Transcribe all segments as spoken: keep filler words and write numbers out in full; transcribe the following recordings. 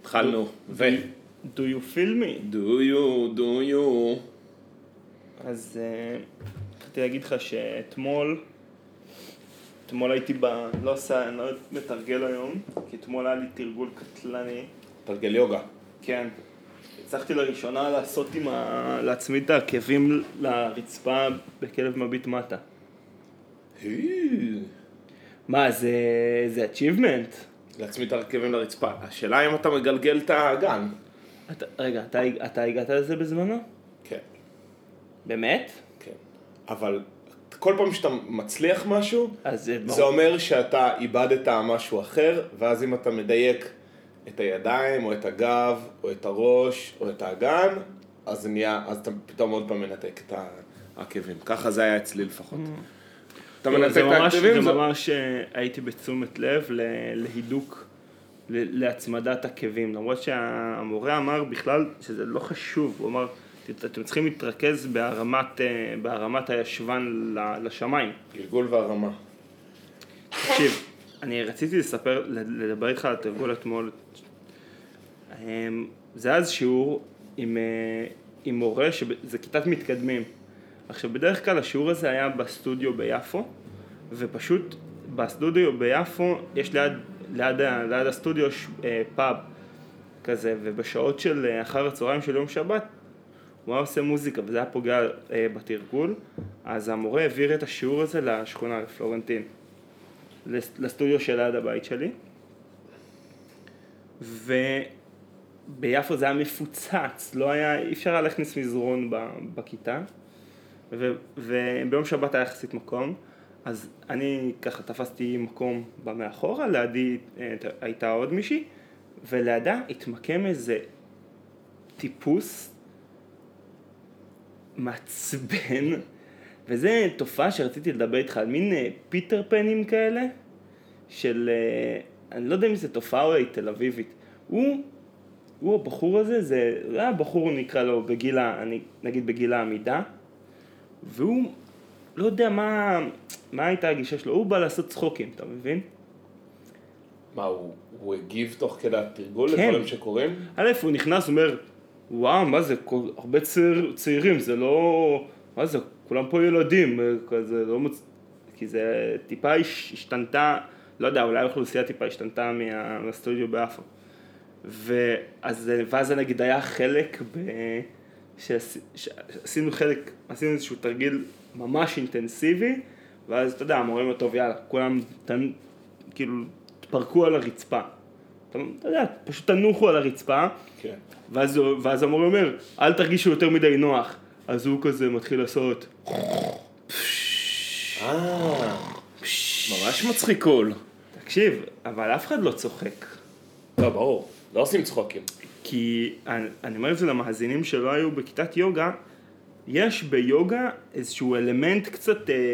התחלנו. ו... Do you feel me? do you, do you. אז רציתי להגיד לך שאתמול, אתמול הייתי ב... לא עושה, אני לא מתרגל היום, כי אתמול היה לי תרגול קטלני. תרגל יוגה. כן. הצלחתי לראשונה לעשות עם ה... להצמיד את העקבים לרצפה בכלב מביט מטה. מה, זה, זה achievement? להצמיד את העקבים לרצפה. השאלה אם אתה מגלגל את האגן. אתה, רגע, אתה, אתה הגעת לזה בזמנו? כן. באמת? כן. אבל כל פעם שאתה מצליח משהו, אז זה, זה אומר שאתה איבדת משהו אחר, ואז אם אתה מדייק את הידיים, או את הגב, או את הראש, או את האגן, אז זה נהיה, אז אתה פתאום עוד פעם מנתק את העקבים. ככה זה היה אצלי לפחות. אתה מנתק את העקבים? זה ממש הייתי בתשומת לב להידוק, להצמדת עקבים. למרות שהמורה אמר בכלל שזה לא חשוב. הוא אמר, אתם צריכים להתרכז בהרמת, בהרמת הישבן לשמיים. גלגול והרמה. תקשיב, אני רציתי לספר, לדבר איתך על התרגול אתמול. זה אז שיעור עם, עם מורה, שזה כיתת מתקדמים. עכשיו, בדרך כלל השיעור הזה היה בסטודיו ביפו, ופשוט בסטודיו ביפו יש ליד, ליד, ליד הסטודיו פאב כזה, ובשעות של אחר הצהריים של יום שבת, הוא היה עושה מוזיקה, וזה היה פוגע בתרגול, אז המורה העביר את השיעור הזה לשכונה, לפלורנטין, לסטודיו של ליד הבית שלי, וביפו זה היה מפוצץ, לא היה, אי אפשר להכניס מזרון בכיתה, וביום שבת היה יחסית מקום, אז אני ככה תפסתי מקום במאחורה, לידי הייתה עוד מישהי, ולידה התמקם איזה טיפוס מעצבן, וזה תופעה שרציתי לדבר איתך על מין פיטר פנים כאלה, של, אני לא יודע אם זה תופעה או היא תל אביבית, הוא, הוא הבחור הזה, זה היה בחור נקרא לו בגיל, נגיד בגיל העמידה, והוא לא יודע מה, מה הייתה הגישה שלו, הוא בא לעשות צחוקים, אתה מבין? מה, הוא, הוא הגיב תוך כדי התרגול כן. לדברים שקורים? א', הוא נכנס, הוא אומר, וואו, מה זה, כל, הרבה צעיר, צעירים, זה לא, מה זה, כולם פה ילדים, כזה, לא מוצ... כי זה טיפה השתנתה, לא יודע, אולי האוכלוסייה טיפה השתנתה מהסטודיו באפו. ואז, ואז נגיד היה חלק ב... שעשינו חלק, עשינו איזשהו תרגיל ממש אינטנסיבי, ואז אתה יודע, המורים הטוב, יאללה, כולם תנ... כאילו תפרקו על הרצפה. אתה, אתה יודע, פשוט תנוחו על הרצפה, כן. ואז, ואז המורה אומר, אל תרגישו יותר מדי נוח. אז הוא כזה מתחיל לעשות... אה, ממש מצחיקול. תקשיב, אבל אף אחד לא צוחק. לא, ברור, לא עושים צחוקים. כי אני, אני אומר את זה למאזינים שלא היו בכיתת יוגה, יש ביוגה איזשהו אלמנט קצת אה,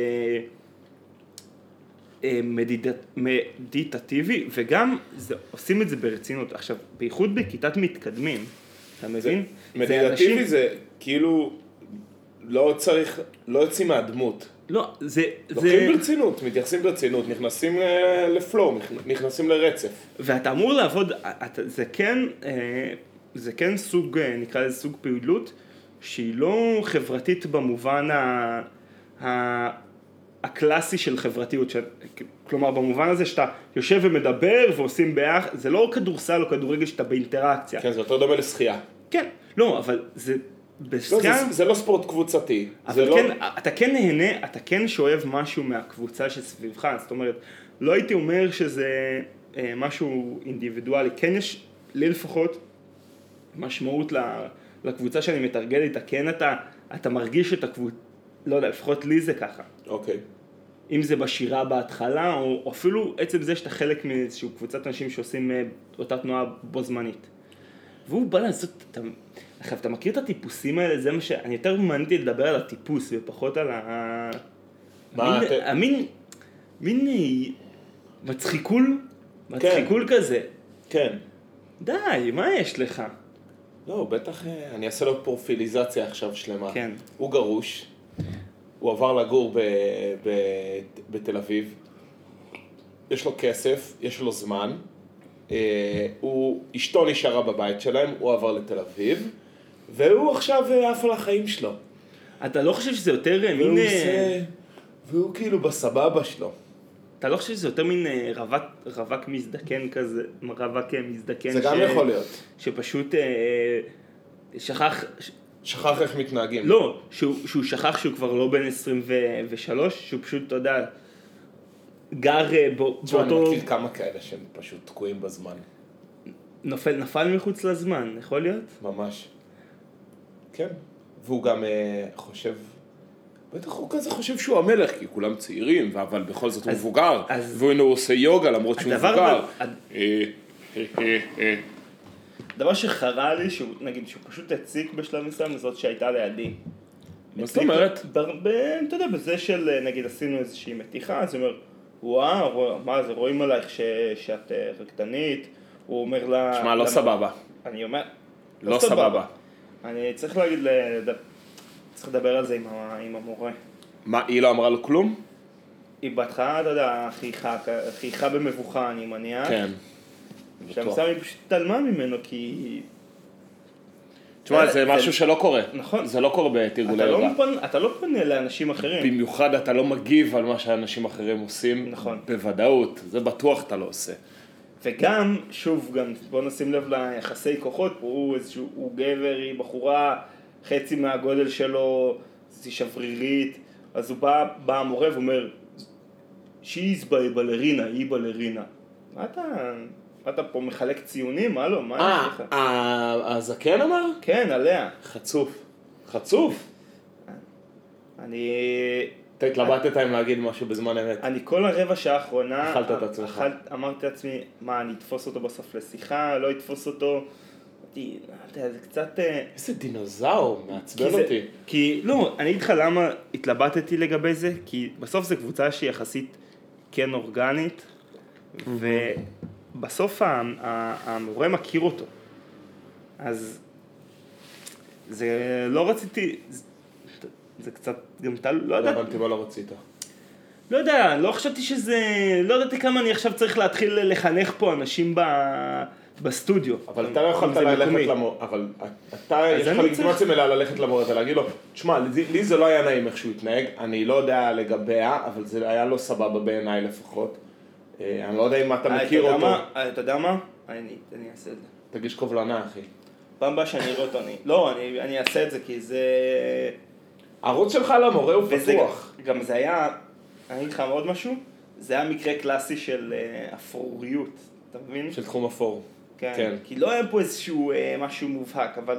אה, מדיד, מדיטטיבי, וגם זה, עושים את זה ברצינות. עכשיו, בייחוד בכיתת מתקדמים, אתה מבין? זה, מדיטטיבי זה, אנשים... זה כאילו לא צריך, לא יוצאים מהדמות. לא, זה... לוקחים זה... ברצינות, מתייחסים ברצינות, נכנסים לפלואו, נכנסים לרצף. ואתה אמור לעבוד, אתה, זה כן, זה כן סוג, נקרא לזה סוג פעילות, שהיא לא חברתית במובן ה, ה, הקלאסי של חברתיות, ש, כלומר במובן הזה שאתה יושב ומדבר ועושים ביחד, זה לא כדורסל או כדורגל שאתה באינטראקציה. כן, זה יותר דומה לשחייה. כן, לא, אבל זה... לא, זה, זה לא ספורט קבוצתי. אבל זה כן, לא... אתה כן נהנה, אתה כן שואב משהו מהקבוצה שסביבך, זאת אומרת, לא הייתי אומר שזה אה, משהו אינדיבידואלי, כן יש לי לפחות משמעות לקבוצה שאני מתרגל איתה, כן אתה, אתה מרגיש את הקבוצה, לא יודע, לפחות לי זה ככה. אוקיי. אם זה בשירה בהתחלה, או, או אפילו עצם זה שאתה חלק מאיזושהי קבוצת אנשים שעושים אה, אותה תנועה בו זמנית. והוא בא לעשות, אתה... עכשיו, אתה מכיר את הטיפוסים האלה? זה מה שאני יותר מעניינתי לדבר על הטיפוס ופחות על ה... מה אתה... המין... מין... מצחיקול? מצחיקול כזה. כן. די, מה יש לך? לא, בטח אני אעשה לו פרופיליזציה עכשיו שלמה. כן. הוא גרוש, הוא עבר לגור ב... ב... בתל אביב, יש לו כסף, יש לו זמן, הוא, אשתו נשארה בבית שלהם, הוא עבר לתל אביב, והוא עכשיו עף על החיים שלו. אתה לא חושב שזה יותר והוא מין... עושה, והוא כאילו בסבבה שלו. אתה לא חושב שזה יותר מין רווק, רווק מזדקן כזה, רווק מזדקן זה גם יכול להיות. שפשוט אה, שכח... שכח איך מתנהגים. לא, שהוא, שהוא שכח שהוא כבר לא בן עשרים ושלוש, שהוא פשוט, אתה יודע, גר בו, תשמע, באותו... אני מכיר כמה כאלה שהם פשוט תקועים בזמן. נופל, נפל מחוץ לזמן, יכול להיות? ממש. כן. והוא גם אה, חושב... בטח הוא כזה חושב שהוא המלך, כי כולם צעירים, אבל בכל זאת הוא מבוגר. אז... והוא עושה יוגה למרות שהוא מבוגר. דבר שחרה לי, שהוא, נגיד, שהוא פשוט הציק בשלב מסוים לזאת שהייתה לידי. מה זאת אומרת? אתה יודע, בזה של, נגיד, עשינו איזושהי מתיחה, אז הוא אומר, וואו, מה זה, רואים עלייך שאת רקדנית, הוא אומר לה... שמע, לא סבבה. אני אומר... לא סבבה. אני צריך להגיד, צריך לדבר על זה עם המורה. מה, היא לא אמרה לו כלום? היא בהתחלה, אתה יודע, חייכה במבוכה, אני מניח. כן. שהמסע היא פשוט תלמה ממנו, כי... תשמע, זה משהו שלא קורה. נכון. זה לא קורה בתרגולי יוגה. אתה לא פונה לאנשים אחרים. במיוחד אתה לא מגיב על מה שאנשים אחרים עושים. נכון. בוודאות, זה בטוח אתה לא עושה. וגם, שוב, גם בוא נשים לב ליחסי כוחות, הוא איזשהו, הוא גבר, היא בחורה, חצי מהגודל שלו, היא שברירית, אז הוא בא, בא המורה ואומר, she's בלרינה, היא בלרינה. מה אתה, מה אתה פה מחלק ציונים? מה לא? מה יש לך? אה, הזקן אמר? כן, עליה. חצוף. חצוף. אני... אתה התלבטת עם להגיד משהו בזמן אמת. אני כל הרבע שעה האחרונה... אכלת את עצמך. אמרתי לעצמי, מה, אני אתפוס אותו בסוף לשיחה, לא אתפוס אותו... זה קצת... איזה דינוזאור, מעצבן אותי. כי, לא, אני אגיד לך למה התלבטתי לגבי זה, כי בסוף זו קבוצה שהיא יחסית כן אורגנית, ובסוף המורה מכיר אותו. אז זה לא רציתי, זה קצת גם טל, לא יודע. לא הבנתי מה לא רצית. לא יודע, לא חשבתי שזה, לא ידעתי כמה אני עכשיו צריך להתחיל לחנך פה אנשים ב... בסטודיו. אבל אתה לא יכולת ללכת למורה, אבל אתה, יש לך לגיטימציה מלאה ללכת למורה ולהגיד לו, תשמע, לי זה לא היה נעים איך שהוא התנהג, אני לא יודע לגביה, אבל זה היה לא סבבה בעיניי לפחות. אני לא יודע אם אתה מכיר אותו. אתה יודע מה? אני אעשה את זה. תגיש קובלנה, אחי. פעם הבאה שאני אראה אותו, אני... לא, אני אעשה את זה, כי זה... הערוץ שלך למורה הוא פתוח. גם זה היה, אני אגיד לך עוד משהו, זה היה מקרה קלאסי של אפרוריות, אתה מבין? של תחום אפור. כן, כן. כי לא היה פה איזשהו אה, משהו מובהק, אבל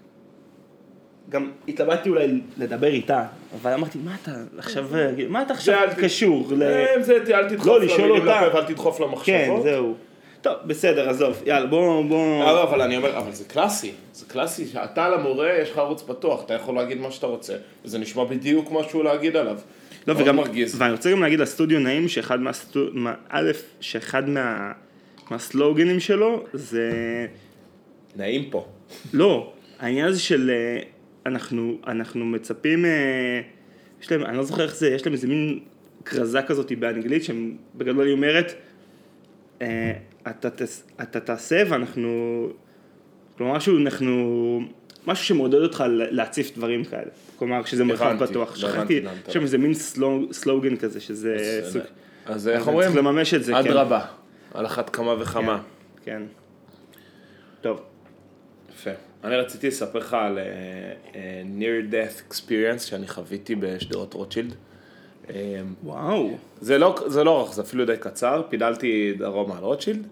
גם התלבטתי אולי לדבר איתה, אבל אמרתי, מה אתה עכשיו, מה אתה עכשיו קשור? זה, אל תדחוף למילים לפה, אל תדחוף למחשבות. כן, זהו. טוב, בסדר, עזוב, יאללה, בוא, בוא... לא, אבל אני אומר, אבל זה קלאסי, זה קלאסי, שאתה למורה, יש לך ערוץ פתוח, אתה יכול להגיד מה שאתה רוצה, וזה נשמע בדיוק משהו להגיד עליו. לא, וגם, ואני רוצה גם להגיד לסטודיו נעים, שאחד מהסטודיו, א', שאחד מה... מהסלוגנים שלו זה... נעים פה. לא, העניין הזה של אנחנו, אנחנו מצפים, יש להם, אני לא זוכר איך זה, יש להם איזה מין קרזה כזאת באנגלית, שבגדול היא אומרת, אתה, אתה תעשה ואנחנו, כלומר משהו, אנחנו, משהו שמעודד אותך להציף דברים כאלה. כלומר, שזה מרחב פתוח. שכחתי, יש שם איזה מין סלוגן כזה, שזה סוג... אז איך אומרים? צריך לממש את זה, כן. אדרבה. על אחת כמה וכמה. כן. טוב. יפה. אני רציתי לספר לך על uh, near death experience שאני חוויתי בשדרות רוטשילד. וואו. זה לא, זה לא ארוך, זה אפילו די קצר. פידלתי דרום על רוטשילד,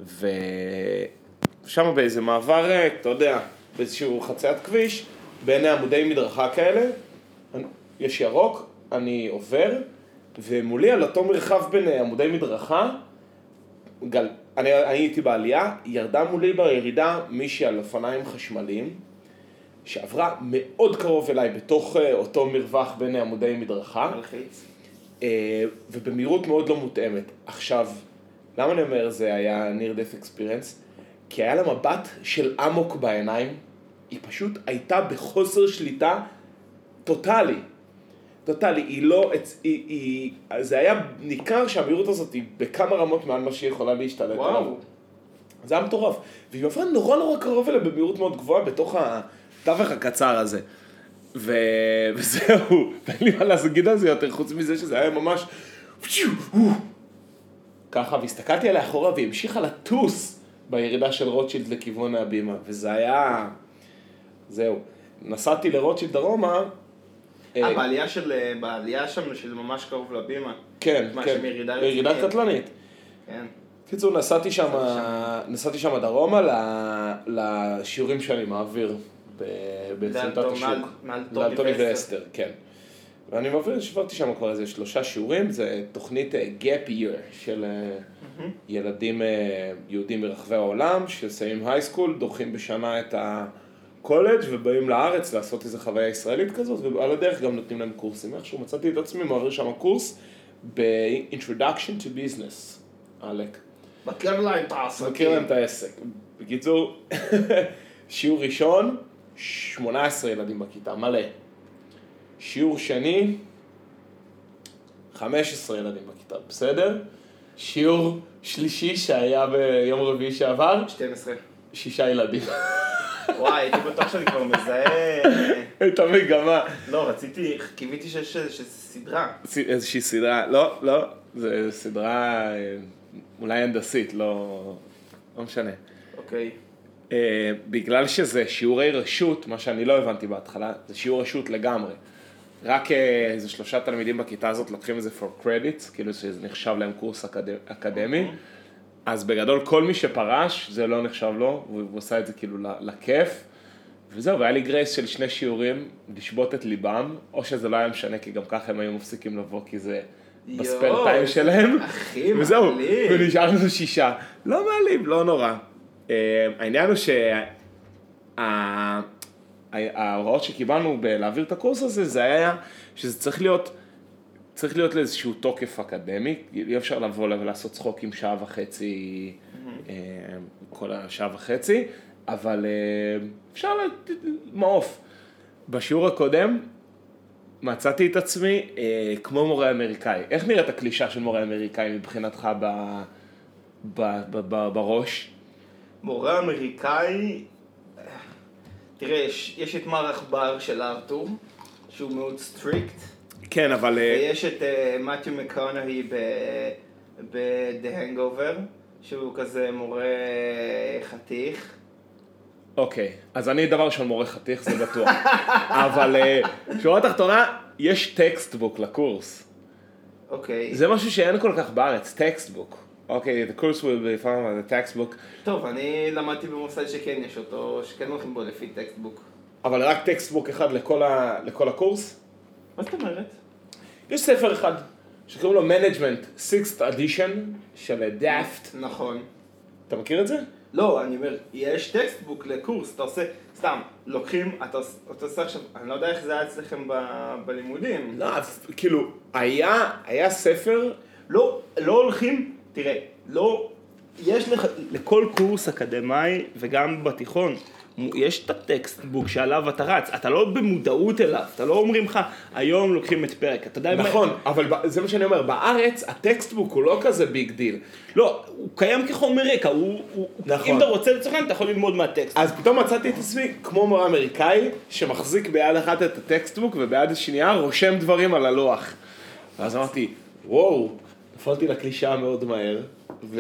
ושם באיזה מעבר, אתה יודע, באיזשהו חציית כביש, בין עמודי מדרכה כאלה, יש ירוק, אני עובר, ומולי על אותו מרחב בין עמודי מדרכה, גל, אני, אני הייתי בעלייה, ירדה מולי בירידה מישהי על אופניים חשמליים, שעברה מאוד קרוב אליי בתוך אותו מרווח בין עמודי מדרכה, ובמהירות מאוד לא מותאמת. עכשיו, למה אני אומר זה היה near death experience? כי היה לה מבט של עמוק בעיניים, היא פשוט הייתה בחוסר שליטה טוטלי. טוטלי, היא לא, היא, היא, זה היה ניכר שהמהירות הזאת היא בכמה רמות מעל מה שהיא יכולה להשתלט עליו. זה היה מטורף. והיא עברה נורא נורא קרוב אליה במהירות מאוד גבוהה בתוך התווך הקצר הזה. ו... וזהו, ואין לי מה להגיד על זה יותר, חוץ מזה שזה היה ממש... ככה, והסתכלתי עליה אחורה והיא המשיכה לטוס בירידה של רוטשילד לכיוון הבימה, וזה היה... זהו. נסעתי לרוטשילד דרומה... אה, בעלייה של... בעלייה שם שזה ממש קרוב לבימה. כן, כן. ירידה קטלנית. כן. קיצור, נסעתי שם, נסעתי שם דרומה לשיעורים שאני מעביר בסמטת השוק. מעל טוני ואסתר, כן. ואני מעביר, שברתי שם כבר איזה שלושה שיעורים, זה תוכנית gap year של ילדים יהודים ברחבי העולם, שסיימים הייסקול, דוחים בשנה את הקולג' ובאים לארץ לעשות איזו חוויה ישראלית כזאת, ועל הדרך גם נותנים להם קורסים. איכשהו מצאתי את עצמי, מעביר שם קורס ב-Introduction to Business, עלק. מכיר להם את העסקים. מכיר להם את העסק. בקיצור, שיעור ראשון, שמונה עשרה ילדים בכיתה, מלא. שיעור שני, חמש עשרה ילדים בכיתה, בסדר? שיעור שלישי שהיה ביום רביעי שעבר, שתים עשרה. שישה ילדים. וואי, הייתי בטוח שאני כבר מזהה... את המגמה. לא, רציתי, קיוויתי שיש סדרה. איזושהי סדרה, לא, לא, זו סדרה אולי הנדסית, לא, לא משנה. אוקיי. בגלל שזה שיעורי רשות, מה שאני לא הבנתי בהתחלה, זה שיעור רשות לגמרי. רק איזה שלושה תלמידים בכיתה הזאת לוקחים את זה for credits, כאילו שזה נחשב להם קורס אקדמי. אז בגדול כל מי שפרש, זה לא נחשב לו, והוא עושה את זה כאילו לכיף. וזהו, והיה לי גרייס של שני שיעורים, לשבות את ליבם, או שזה לא היה משנה, כי גם ככה הם היו מפסיקים לבוא, כי זה בספר טיים שלהם. אחי, וזהו, מעליב. ונשארנו שישה. לא מעליב, לא נורא. העניין הוא שההוראות שקיבלנו בלהעביר את הקורס הזה, זה היה שזה צריך להיות, צריך להיות לאיזשהו תוקף אקדמי, אי אפשר לבוא ולעשות צחוקים שעה וחצי, כל השעה וחצי, אבל אפשר מעוף. בשיעור הקודם מצאתי את עצמי כמו מורה אמריקאי. איך נראית הקלישה של מורה אמריקאי מבחינתך בראש? מורה אמריקאי, תראה, יש, יש את מר עכבר של ארתור, שהוא מאוד סטריקט. כן, אבל... ויש את uh, מתיו מקונהי ב-The Hangover, שהוא כזה מורה חתיך. אוקיי, אז אני דבר ראשון מורה חתיך, זה בטוח. אבל שורה תחתונה, יש טקסטבוק לקורס. אוקיי. זה משהו שאין כל כך בארץ, טקסטבוק. אוקיי, the course will be found on the textbook. טוב, אני למדתי במוסד שכן יש אותו, שכן הולכים בו לפי טקסטבוק. אבל רק טקסטבוק אחד לכל, ה... לכל הקורס? מה זאת אומרת? יש ספר אחד שקוראים לו Management sixth edition של דאפט. נכון. אתה מכיר את זה? לא, אני אומר, יש טקסטבוק לקורס, אתה עושה, סתם, לוקחים, אתה, אתה עושה עכשיו, אני לא יודע איך זה היה אצלכם ב, בלימודים. לא, כאילו, היה, היה ספר... לא, לא הולכים, תראה, לא, יש לך, לכל קורס אקדמי וגם בתיכון, יש את הטקסטבוק שעליו אתה רץ, אתה לא במודעות אליו, אתה לא אומרים לך, היום לוקחים את פרק, אתה יודע... נכון, מה... אבל זה מה שאני אומר, בארץ הטקסטבוק הוא לא כזה ביג דיל. לא, הוא קיים כחומר רקע, הוא, הוא, נכון. אם אתה רוצה לצורך, אתה יכול ללמוד מהטקסט. אז פתאום מצאתי את עצמי כמו מורה אמריקאי, שמחזיק ביד אחת את הטקסטבוק, וביד השנייה רושם דברים על הלוח. ואז אמרתי, וואו, נפלתי לקלישה מאוד מהר, ו...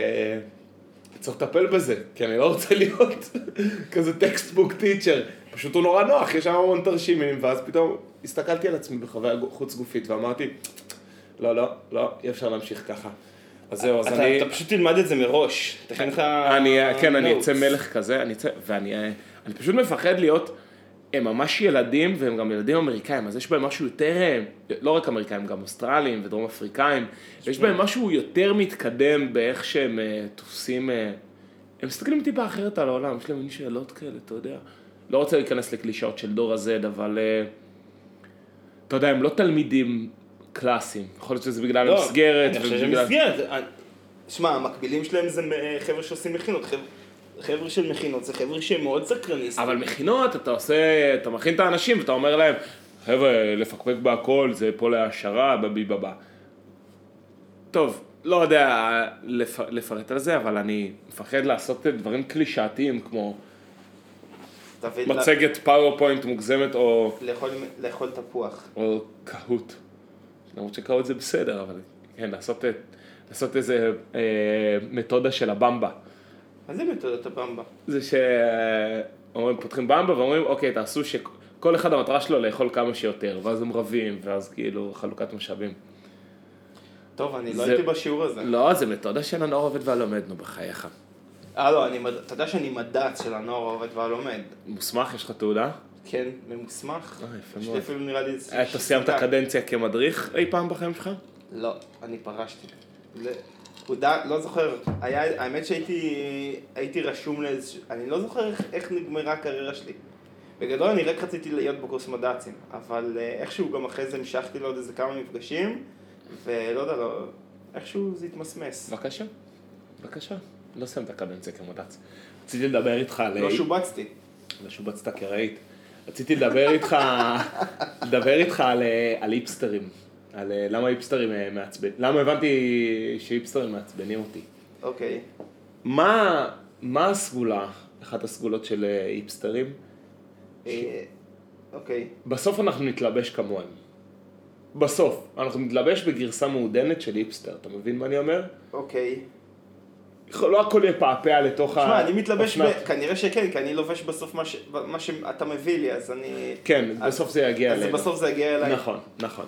צריך לטפל בזה, כי אני לא רוצה להיות כזה טקסטבוק טיצ'ר. פשוט הוא נורא נוח, יש שם המון תרשימים, ואז פתאום הסתכלתי על עצמי בחוויה חוץ גופית, ואמרתי, לא, לא, לא, אי אפשר להמשיך ככה. אז זהו, אז אני... אתה פשוט תלמד את זה מראש. תכן לך... כן, אני אצא מלך כזה, ואני פשוט מפחד להיות, הם ממש ילדים, והם גם ילדים אמריקאים, אז יש בהם משהו יותר, לא רק אמריקאים, גם אוסטרליים ודרום אפריקאים, יש בהם משהו יותר מתקדם באיך שהם תופסים, הם מסתכלים טיפה אחרת על העולם, יש להם מיני שאלות כאלה, אתה יודע. לא רוצה להיכנס לקלישאות של דור הזד, אבל אתה יודע, הם לא תלמידים קלאסיים, יכול להיות שזה בגלל המסגרת. אני חושב שמסגרת, שמע, המקבילים שלהם זה חבר'ה שעושים מכינות, חבר'ה של מכינות, זה חבר'ה שהם מאוד סקרניסטים. אבל מכינות, אתה עושה, אתה מכין את האנשים ואתה אומר להם, חבר'ה, לפקפק בהכל, זה פה להשערה, בבי בבא. טוב, לא יודע לפ... לפרט על זה, אבל אני מפחד לעשות דברים קלישאתיים כמו מצגת פאורפוינט מוגזמת או... לאכול, לאכול תפוח. או קהות. למרות שקהות זה בסדר, אבל כן, לעשות, לעשות איזה אה, מתודה של הבמבה. מה זה מתודת הבמבה? זה שאומרים, פותחים במבה ואומרים, אוקיי, תעשו שכל אחד המטרה שלו לאכול כמה שיותר, ואז הם רבים, ואז כאילו חלוקת משאבים. טוב, אני לא הייתי בשיעור הזה. לא, זה מתודה של הנוער עובד והלומד, נו בחייך. אה, לא, אתה יודע שאני מדץ של הנוער עובד והלומד. מוסמך, יש לך תעודה? כן, ממוסמך. אה, יפה יש מאוד. לי אפילו נראה לי... אתה סיימת קדנציה כמדריך אי פעם בחיים שלך? לא, אני פרשתי. תעודה, לא זוכר, היה, האמת שהייתי הייתי רשום לאיזשהו, אני לא זוכר איך, איך נגמרה הקריירה שלי. בגדול אני רק רציתי להיות בקורס מדעצים, אבל איכשהו גם אחרי זה המשכתי לעוד איזה כמה מפגשים, ולא יודע, לא, איכשהו זה התמסמס. בבקשה, בבקשה. לא סיימת קדנציה כמדעץ. רציתי לדבר איתך על... לא שובצתי. לא שובצת כראית. רציתי לדבר איתך, לדבר איתך על, על היפסטרים. על למה היפסטרים מעצבנים, למה הבנתי שהיפסטרים מעצבנים אותי. אוקיי. מה, מה הסגולה, אחת הסגולות של היפסטרים? אוקיי. בסוף אנחנו נתלבש כמוהם. בסוף, אנחנו נתלבש בגרסה מעודנת של היפסטר, אתה מבין מה אני אומר? אוקיי. לא הכל יהיה פעפע לתוך ה... תשמע, אני מתלבש, ב... כנראה שכן, כי אני לובש בסוף מה, ש... מה שאתה מביא לי, אז אני... כן, בסוף זה יגיע אלינו. אז בסוף זה יגיע אליי. נכון, נכון.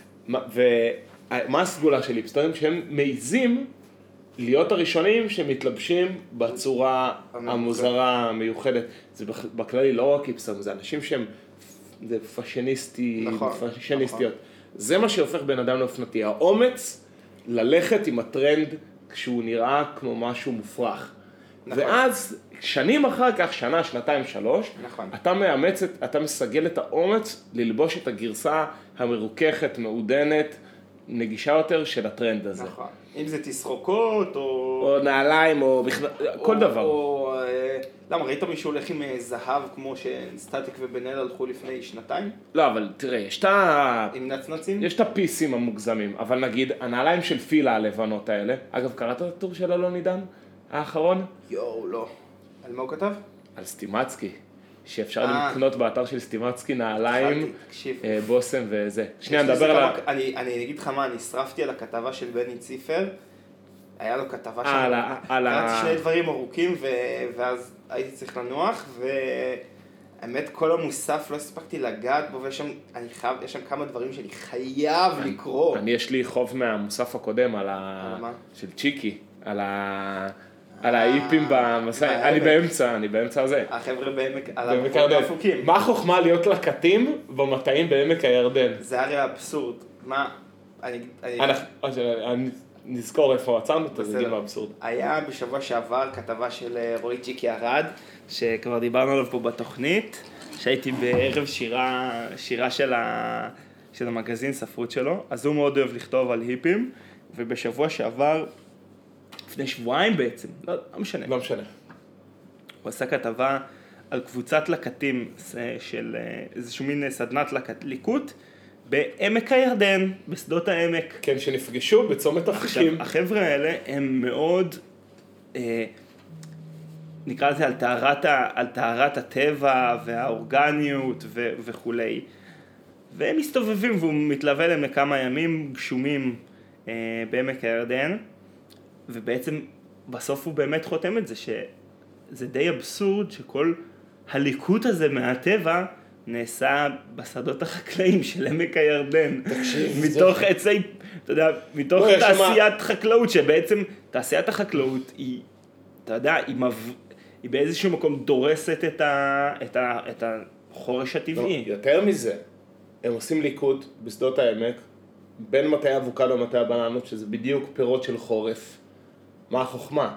ומה הסגולה של היפסטרים? שהם מעיזים להיות הראשונים שמתלבשים בצורה המוזרה, המיוחדת. זה בכללי לא רק היפסטרים, זה אנשים שהם זה פאשיניסטי, נכון, פאשיניסטיות. זה מה שהופך בן אדם לאופנתי. האומץ ללכת עם הטרנד כשהוא נראה כמו משהו מופרך. נכון. ואז שנים אחר כך, שנה, שנתיים, שלוש, נכון. אתה מאמץ, אתה מסגל את האומץ ללבוש את הגרסה המרוככת, מעודנת, נגישה יותר של הטרנד הזה. נכון. אם זה תסרוקות או... או נעליים או בכלל, כל או, דבר. או... למה, ראית מישהו הולך עם זהב כמו שסטטיק ובן אל הלכו לפני שנתיים? לא, אבל תראה, יש את ה... עם נצנצים? יש את הפיסים המוגזמים, אבל נגיד, הנעליים של פילה הלבנות האלה, אגב, קראת את הטור של אלון עידן האחרון? יואו, לא. על מה הוא כתב? על סטימצקי, שאפשר לקנות באתר של סטימצקי נעליים, בוסם וזה. שנייה, נדבר על ה... אני אגיד לך מה, אני שרפתי על הכתבה של בני ציפר, היה לו כתבה שם, על ה... קראתי שני דברים ארוכים, ואז הייתי צריך לנוח, והאמת כל המוסף לא הספקתי לגעת בו, ויש שם, אני חייב, יש שם כמה דברים שאני חייב לקרוא. אני, יש לי חוב מהמוסף הקודם, על ה... של צ'יקי, על ה... על האיפים במסע, אני באמצע, אני באמצע הזה. החבר'ה בעמק, על המקומות האפוקים. מה החוכמה להיות לקטים במטעים בעמק הירדן? זה הרי אבסורד. מה, אני... אני נזכור איפה עצרנו, תגיד מה אבסורד. היה בשבוע שעבר כתבה של רועי צ'יקי ארד, שכבר דיברנו עליו פה בתוכנית, שהייתי בערב שירה, שירה של ה... של המגזין ספרות שלו, אז הוא מאוד אוהב לכתוב על היפים, ובשבוע שעבר... לפני שבועיים בעצם, לא, לא משנה. לא משנה. הוא עשה כתבה על קבוצת לקטים של איזשהו מין סדנת ליקוט בעמק הירדן, בשדות העמק. כן, שנפגשו בצומת אפיקים. עכשיו, החבר'ה האלה הם מאוד, אה, נקרא לזה על טהרת, על טהרת הטבע והאורגניות ו, וכולי. והם מסתובבים והוא מתלווה להם לכמה ימים גשומים אה, בעמק הירדן. ובעצם בסוף הוא באמת חותם את זה, שזה די אבסורד שכל הליקוט הזה מהטבע נעשה בשדות החקלאים של עמק הירדן. תקשיב. מתוך עצי, אתה יודע, מתוך תעשיית חקלאות, שבעצם תעשיית החקלאות היא, אתה יודע, היא, מב... היא באיזשהו מקום דורסת את, ה... את, ה... את החורש הטבעי. לא, יותר מזה, הם עושים ליקוט בשדות העמק, בין מטעי אבוקדו ומטעי הבננות, שזה בדיוק פירות של חורף. מה החוכמה?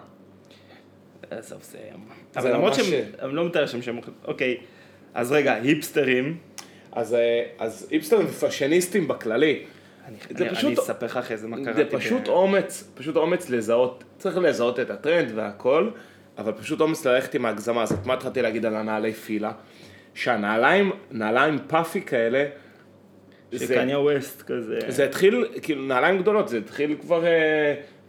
סוף זה... אבל למרות שהם לא מתאר שם שהם... אוקיי, אז רגע, היפסטרים... אז היפסטרים ופאשיניסטים בכללי. אני אספר לך אחרי זה מה קראתי. זה פשוט אומץ, פשוט אומץ לזהות, צריך לזהות את הטרנד והכל, אבל פשוט אומץ ללכת עם ההגזמה הזאת. מה התחלתי להגיד על הנעלי פילה? שהנעליים, נעליים פאפי כאלה, שקניה ווסט כזה. זה התחיל, כאילו, נעליים גדולות, זה התחיל כבר...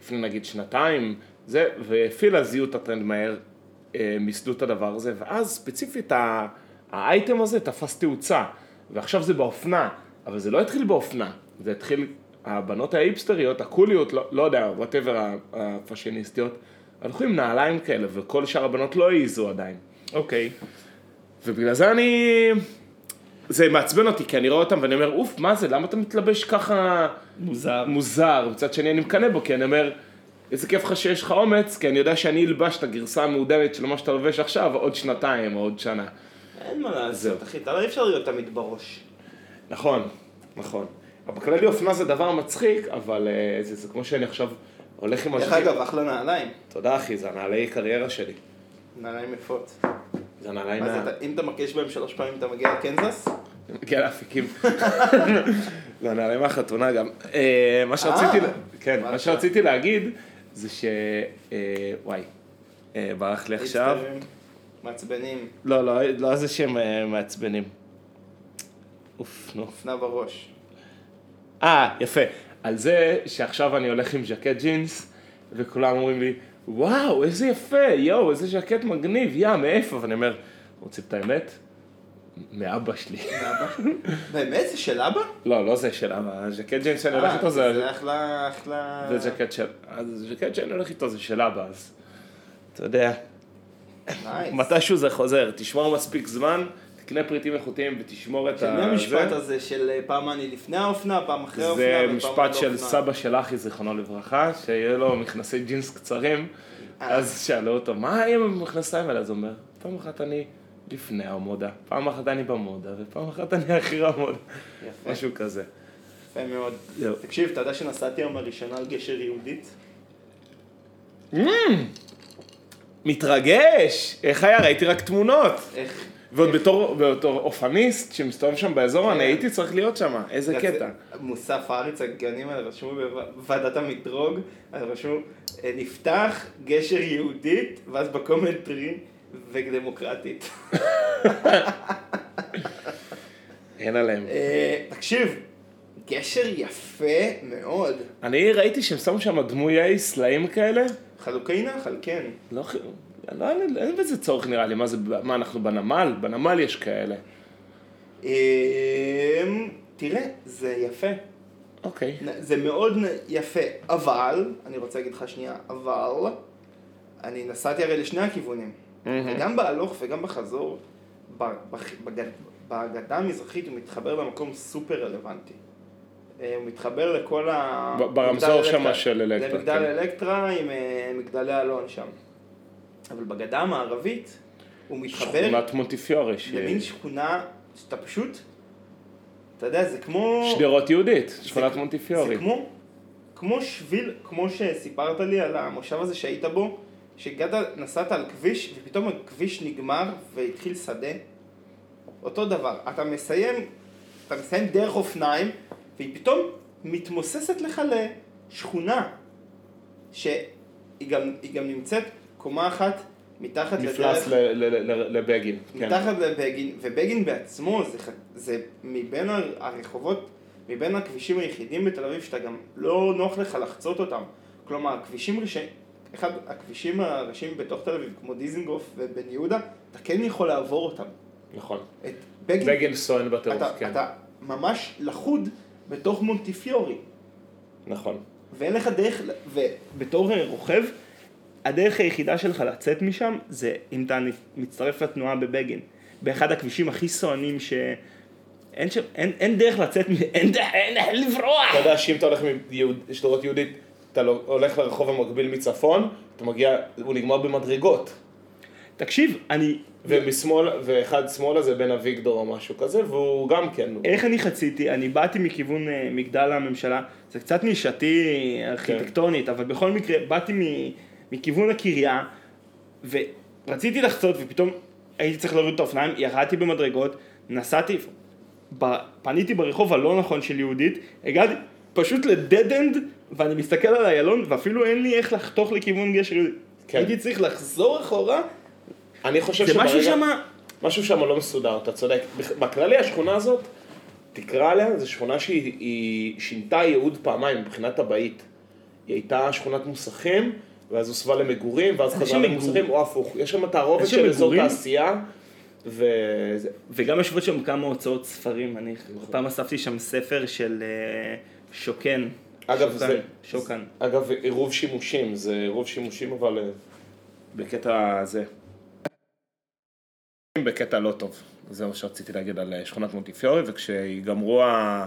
לפני נגיד שנתיים, זה, ופילה זיהו את הטרנד מהר, מיסדו את הדבר הזה, ואז ספציפית האייטם הזה תפס תאוצה, ועכשיו זה באופנה, אבל זה לא התחיל באופנה, זה התחיל, הבנות האיפסטריות, הקוליות, לא, לא יודע, whatever הפאשיניסטיות, הלכו עם נעליים כאלה, וכל שאר הבנות לא העיזו עדיין. אוקיי. ובגלל זה אני, זה מעצבן אותי, כי אני רואה אותם ואני אומר, אוף, מה זה, למה אתה מתלבש ככה מוזר. מוזר, מצד שני אני מקנה בו, כי אני אומר, איזה כיף לך שיש לך אומץ, כי אני יודע שאני אלבש את הגרסה המעודמת של מה שאתה לובש עכשיו, עוד שנתיים או עוד שנה. אין מה לעשות, אחי, אתה לא אי אפשר להיות תמיד בראש. נכון, נכון. אבל בכללי אופנה זה דבר מצחיק, אבל זה, זה כמו שאני עכשיו הולך עם... דרך אגב, אחלה נעליים. תודה אחי, זה הנעלי קריירה שלי. נעליים יפות. זה הנעליים... מה זה, אם אתה מקש בהם שלוש פעמים, אתה מגיע לקנזס? מגיע לאפיקים. זה הנעליים מהחתונה גם. מה שרציתי... כן, מה שרציתי להגיד זה ש... וואי, ברח לי עכשיו. מעצבנים. לא, לא, לא זה שהם מעצבנים. אוף, נו. אופנה בראש. אה, יפה. על זה שעכשיו אני הולך עם ז'קט ג'ינס, וכולם אומרים לי, וואו, איזה יפה, יואו, איזה ז'קט מגניב, יא, מאיפה? ואני אומר, רוצים את האמת? מאבא שלי. באמת? זה של אבא? לא, לא זה של אבא, הז'קט ג'ינס שאני הולך איתו זה... זה אחלה, אחלה... זה ז'קט של... אז ז'קט שאני הולך איתו זה של אבא, אז... אתה יודע, מתישהו זה חוזר, תשמור מספיק זמן, תקנה פריטים איכותיים ותשמור את ה... של מי המשפט הזה של פעם אני לפני האופנה, פעם אחרי האופנה זה משפט של סבא של אחי, זיכרונו לברכה, שיהיה לו מכנסי ג'ינס קצרים, אז שאלו אותו, מה היה במכנסיים האלה? אז הוא אומר, פעם אחת אני לפני המודה, פעם אחת אני במודה, ופעם אחת אני אחרי המודה. משהו כזה. יפה מאוד. תקשיב, אתה יודע שנסעתי היום הראשונה על גשר יהודית? מתרגש! איך היה? ראיתי רק תמונות. איך? ועוד בתור, בתור אופניסט שמסתובב שם באזור, אני הייתי צריך להיות שם, איזה קטע. מוסף הארץ הגנים האלה רשמו בוועדת המדרוג, רשמו נפתח גשר יהודית, ואז בקומנטרי ודמוקרטית. אין עליהם. תקשיב, גשר יפה מאוד. אני ראיתי שהם שמו שם דמויי סלעים כאלה. חלוקי נחל, כן. לא, לא, אין בזה צורך נראה לי, מה זה, מה אנחנו בנמל? בנמל יש כאלה. תראה, זה יפה. אוקיי. זה מאוד יפה, אבל, אני רוצה להגיד לך שנייה, אבל, אני נסעתי הרי לשני הכיוונים. וגם בהלוך וגם בחזור, בגדה המזרחית הוא מתחבר למקום סופר רלוונטי. הוא מתחבר לכל ה... ברמזור שם של אלקטרה. זה מגדל אלקטרה עם מגדלי אלון שם. אבל בגדה המערבית הוא מתחבר... שכונת מונטיפיורי. למין שכונה שאתה פשוט... אתה יודע, זה כמו... שדרות יהודית, שכונת מונטיפיורי. זה כמו... כמו שביל, כמו שסיפרת לי על המושב הזה שהיית בו, שהגעת, נסעת על כביש, ופתאום הכביש נגמר והתחיל שדה. אותו דבר. אתה מסיים, אתה מסיים דרך אופניים, והיא פתאום מתמוססת לך לשכונה, שהיא גם, היא גם נמצאת קומה אחת מתחת לדרך... מפלס לבגין. מתחת לבגין, ובגין בעצמו זה, זה מבין הרחובות, מבין הכבישים היחידים בתל אביב, שאתה גם לא נוח לך לחצות אותם. כלומר, הכבישים ראשיים, אחד הכבישים הראשיים בתוך תל אביב, כמו דיזנגוף ובן יהודה, אתה כן יכול לעבור אותם. נכון. את בגין, בגין סואן בטירוף, אתה, כן. אתה ממש לחוד בתוך מונטיפיורי. נכון. ואין לך דרך, ובתור רוכב, הדרך היחידה שלך לצאת משם, זה אם אתה מצטרף לתנועה בבגין. באחד הכבישים הכי סוענים ש... אין, ש... אין, אין דרך לצאת, אין דרך, אין דרך לברוח. אתה יודע שאם אתה הולך משדרות יהודית, אתה הולך לרחוב המקביל מצפון, אתה מגיע, הוא נגמר במדרגות. תקשיב, אני... ומשמאל, ואחד שמאלה זה בין אביגדור או משהו כזה, והוא גם כן. איך אני חציתי? אני באתי מכיוון מגדל הממשלה, זה קצת נישתי ארכיטקטונית, אבל בכל מקרה, באתי מכיוון הקריה, ורציתי לחצות, ופתאום הייתי צריך להוריד את האופניים, ירדתי במדרגות, נסעתי, פניתי ברחוב הלא נכון של יהודית, הגעתי פשוט לדד אנד, ואני מסתכל על הילון, ואפילו אין לי איך לחתוך לכיוון גשר יהודית. הייתי צריך לחזור אחורה, אני חושב שברגע... משהו שמה... משהו שמה לא מסודר, אתה צודק. בכללי השכונה הזאת, תקרא עליה, זו שכונה שהיא שינתה ייעוד פעמיים מבחינת הבית. היא הייתה שכונת מוסכים, ואז הוסבה למגורים, ואז חזרה מגור... למוסכים, או הפוך. יש שם תערובת של אזור תעשייה, ו... וגם יושבות שם כמה הוצאות ספרים. אני פעם אספתי שם ספר של uh, שוקן. אגב, שוקן, זה... שוקן. אגב, עירוב שימושים, זה עירוב שימושים, אבל בקטע הזה. בקטע לא טוב. זה מה שרציתי להגיד על שכונת מונטיפיורי, וכשיגמרו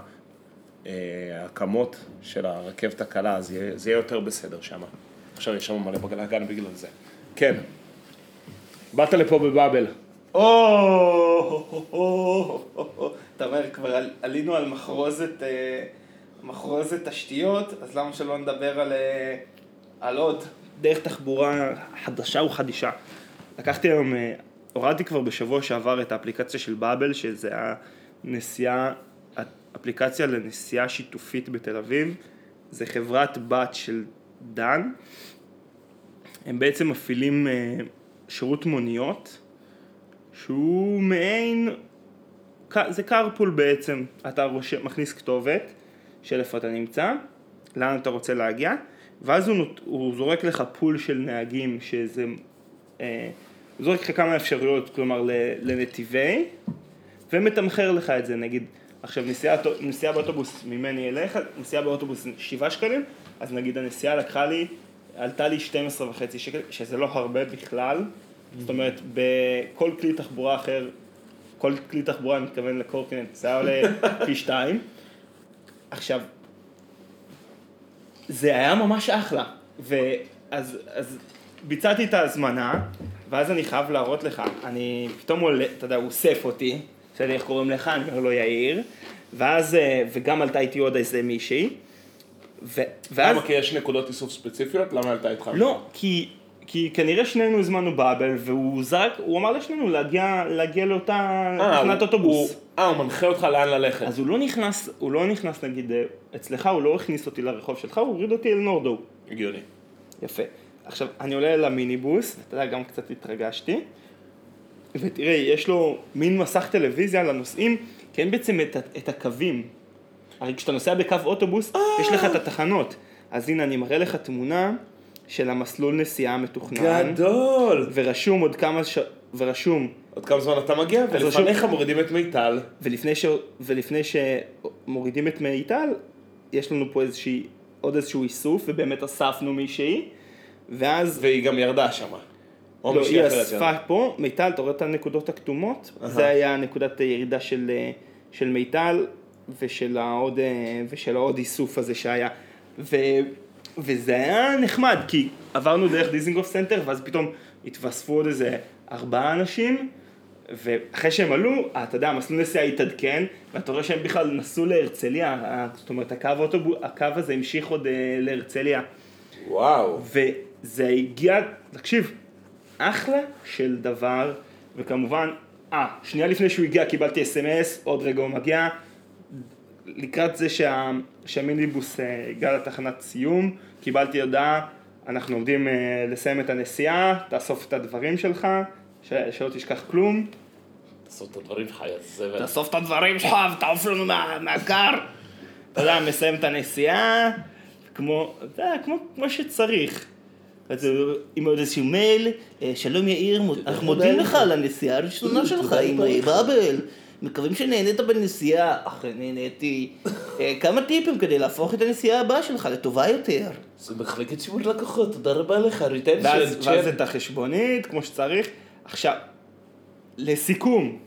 ההקמות של הרכבת הקלה, אז זה יהיה יותר בסדר שם. עכשיו יש שם מלא בגלגן בגלל זה. כן. באת לפה בבאבל. אתה אומר, כבר עלינו על מחרוזת תשתיות, אז למה שלא נדבר על עוד דרך תחבורה חדשה וחדישה. לקחתי היום, הורדתי כבר בשבוע שעבר את האפליקציה של באבל, שזה הנסיעה, אפליקציה לנסיעה שיתופית בתל אביב. זה חברת בת של דן. הם בעצם מפעילים שירות מוניות, שהוא מעין, זה קארפול בעצם. אתה רושם, מכניס כתובת של איפה אתה נמצא, לאן אתה רוצה להגיע, ואז הוא, הוא זורק לך פול של נהגים, שזה, אה, הוא זורק לך כמה אפשרויות, כלומר לנתיבי, ומתמחר לך את זה, נגיד, עכשיו נסיעה, נסיעה באוטובוס ממני אליך, נסיעה באוטובוס שבעה שקלים, אז נגיד הנסיעה לקחה לי, עלתה לי שתים עשרה וחצי שקל, שזה לא הרבה בכלל, זאת אומרת, בכל כלי תחבורה אחר, כל כלי תחבורה, אני מתכוון לקורקינט, זה היה עולה פי שתיים. עכשיו, זה היה ממש אחלה, ואז אז ביצעתי את ההזמנה, ואז אני חייב להראות לך, אני פתאום עולה, אתה יודע, הוא אוסף אותי, שאלה איך קוראים לך, אני אומר לו יאיר, ואז, וגם עלתה איתי עוד איזה מישהי, ו, ואז... למה? כי יש נקודות איסוף ספציפיות? למה עלתה איתך? לא, כי... כי כנראה שנינו הזמנו באבל, והוא זרק, הוא אמר לשנינו להגיע, להגיע לאותה תחנת אוטובוס. אה, הוא מנחה אותך לאן ללכת. אז הוא לא נכנס, הוא לא נכנס, נגיד, אצלך, הוא לא הכניס אותי לרחוב שלך, הוא הוריד אותי אל נורדו. הגיוני. יפה. עכשיו, אני עולה למיניבוס, ואתה יודע, גם קצת התרגשתי, ותראה, יש לו מין מסך טלוויזיה לנוסעים, כי אין בעצם את, את הקווים. הרי כשאתה נוסע בקו אוטובוס, יש לך את התחנות. אז הנה, אני מראה לך תמונה, של המסלול נסיעה המתוכנן. גדול! ורשום עוד כמה ש... ורשום... עוד כמה זמן אתה מגיע, ולפניך מורידים את מיטל. ולפני, ש... ולפני שמורידים את מיטל, יש לנו פה איזושהי... עוד איזשהו איסוף, ובאמת אספנו מישהי, ואז... והיא גם ירדה שמה. לא, היא אספה פה, מיטל, אתה רואה את הנקודות הכתומות? Uh-huh. זה היה נקודת הירידה של, של מיטל, ושל העוד, ושל העוד איסוף הזה שהיה. ו... וזה היה נחמד, כי עברנו דרך דיזינגוף סנטר, ואז פתאום התווספו עוד איזה ארבעה אנשים, ואחרי שהם עלו, אתה יודע, המסלול נסיעה התעדכן, ואתה רואה שהם בכלל נסעו להרצליה, זאת אומרת, הקו, האוטובוס, הקו הזה המשיך עוד להרצליה. וואו. וזה הגיע, תקשיב, אחלה של דבר, וכמובן, אה, שנייה לפני שהוא הגיע קיבלתי אס אם אס, עוד רגע הוא מגיע, לקראת זה שה, שהמיניבוס הגיע לתחנת סיום, קיבלתי הודעה, אנחנו עומדים לסיים את הנסיעה, תאסוף את הדברים שלך, ש, שלא תשכח כלום. תאסוף את הדברים שלך, יזבל. תאסוף את הדברים שלך ותעוף לנו מה, מהקר. אתה יודע, מסיים את הנסיעה, כמו, אתה יודע, כמו, כמו שצריך. אז עם עוד איזשהו מייל, שלום יאיר, אנחנו מודים לך על הנסיעה הראשונה שלך עם באבל. מקווים שנהנית בנסיעה, אך נהניתי. כמה טיפים כדי להפוך את הנסיעה הבאה שלך לטובה יותר. זה מחלקת שירות לקוחות, תודה רבה לך, ריטנשן. ואז את החשבונית, כמו שצריך. עכשיו, לסיכום,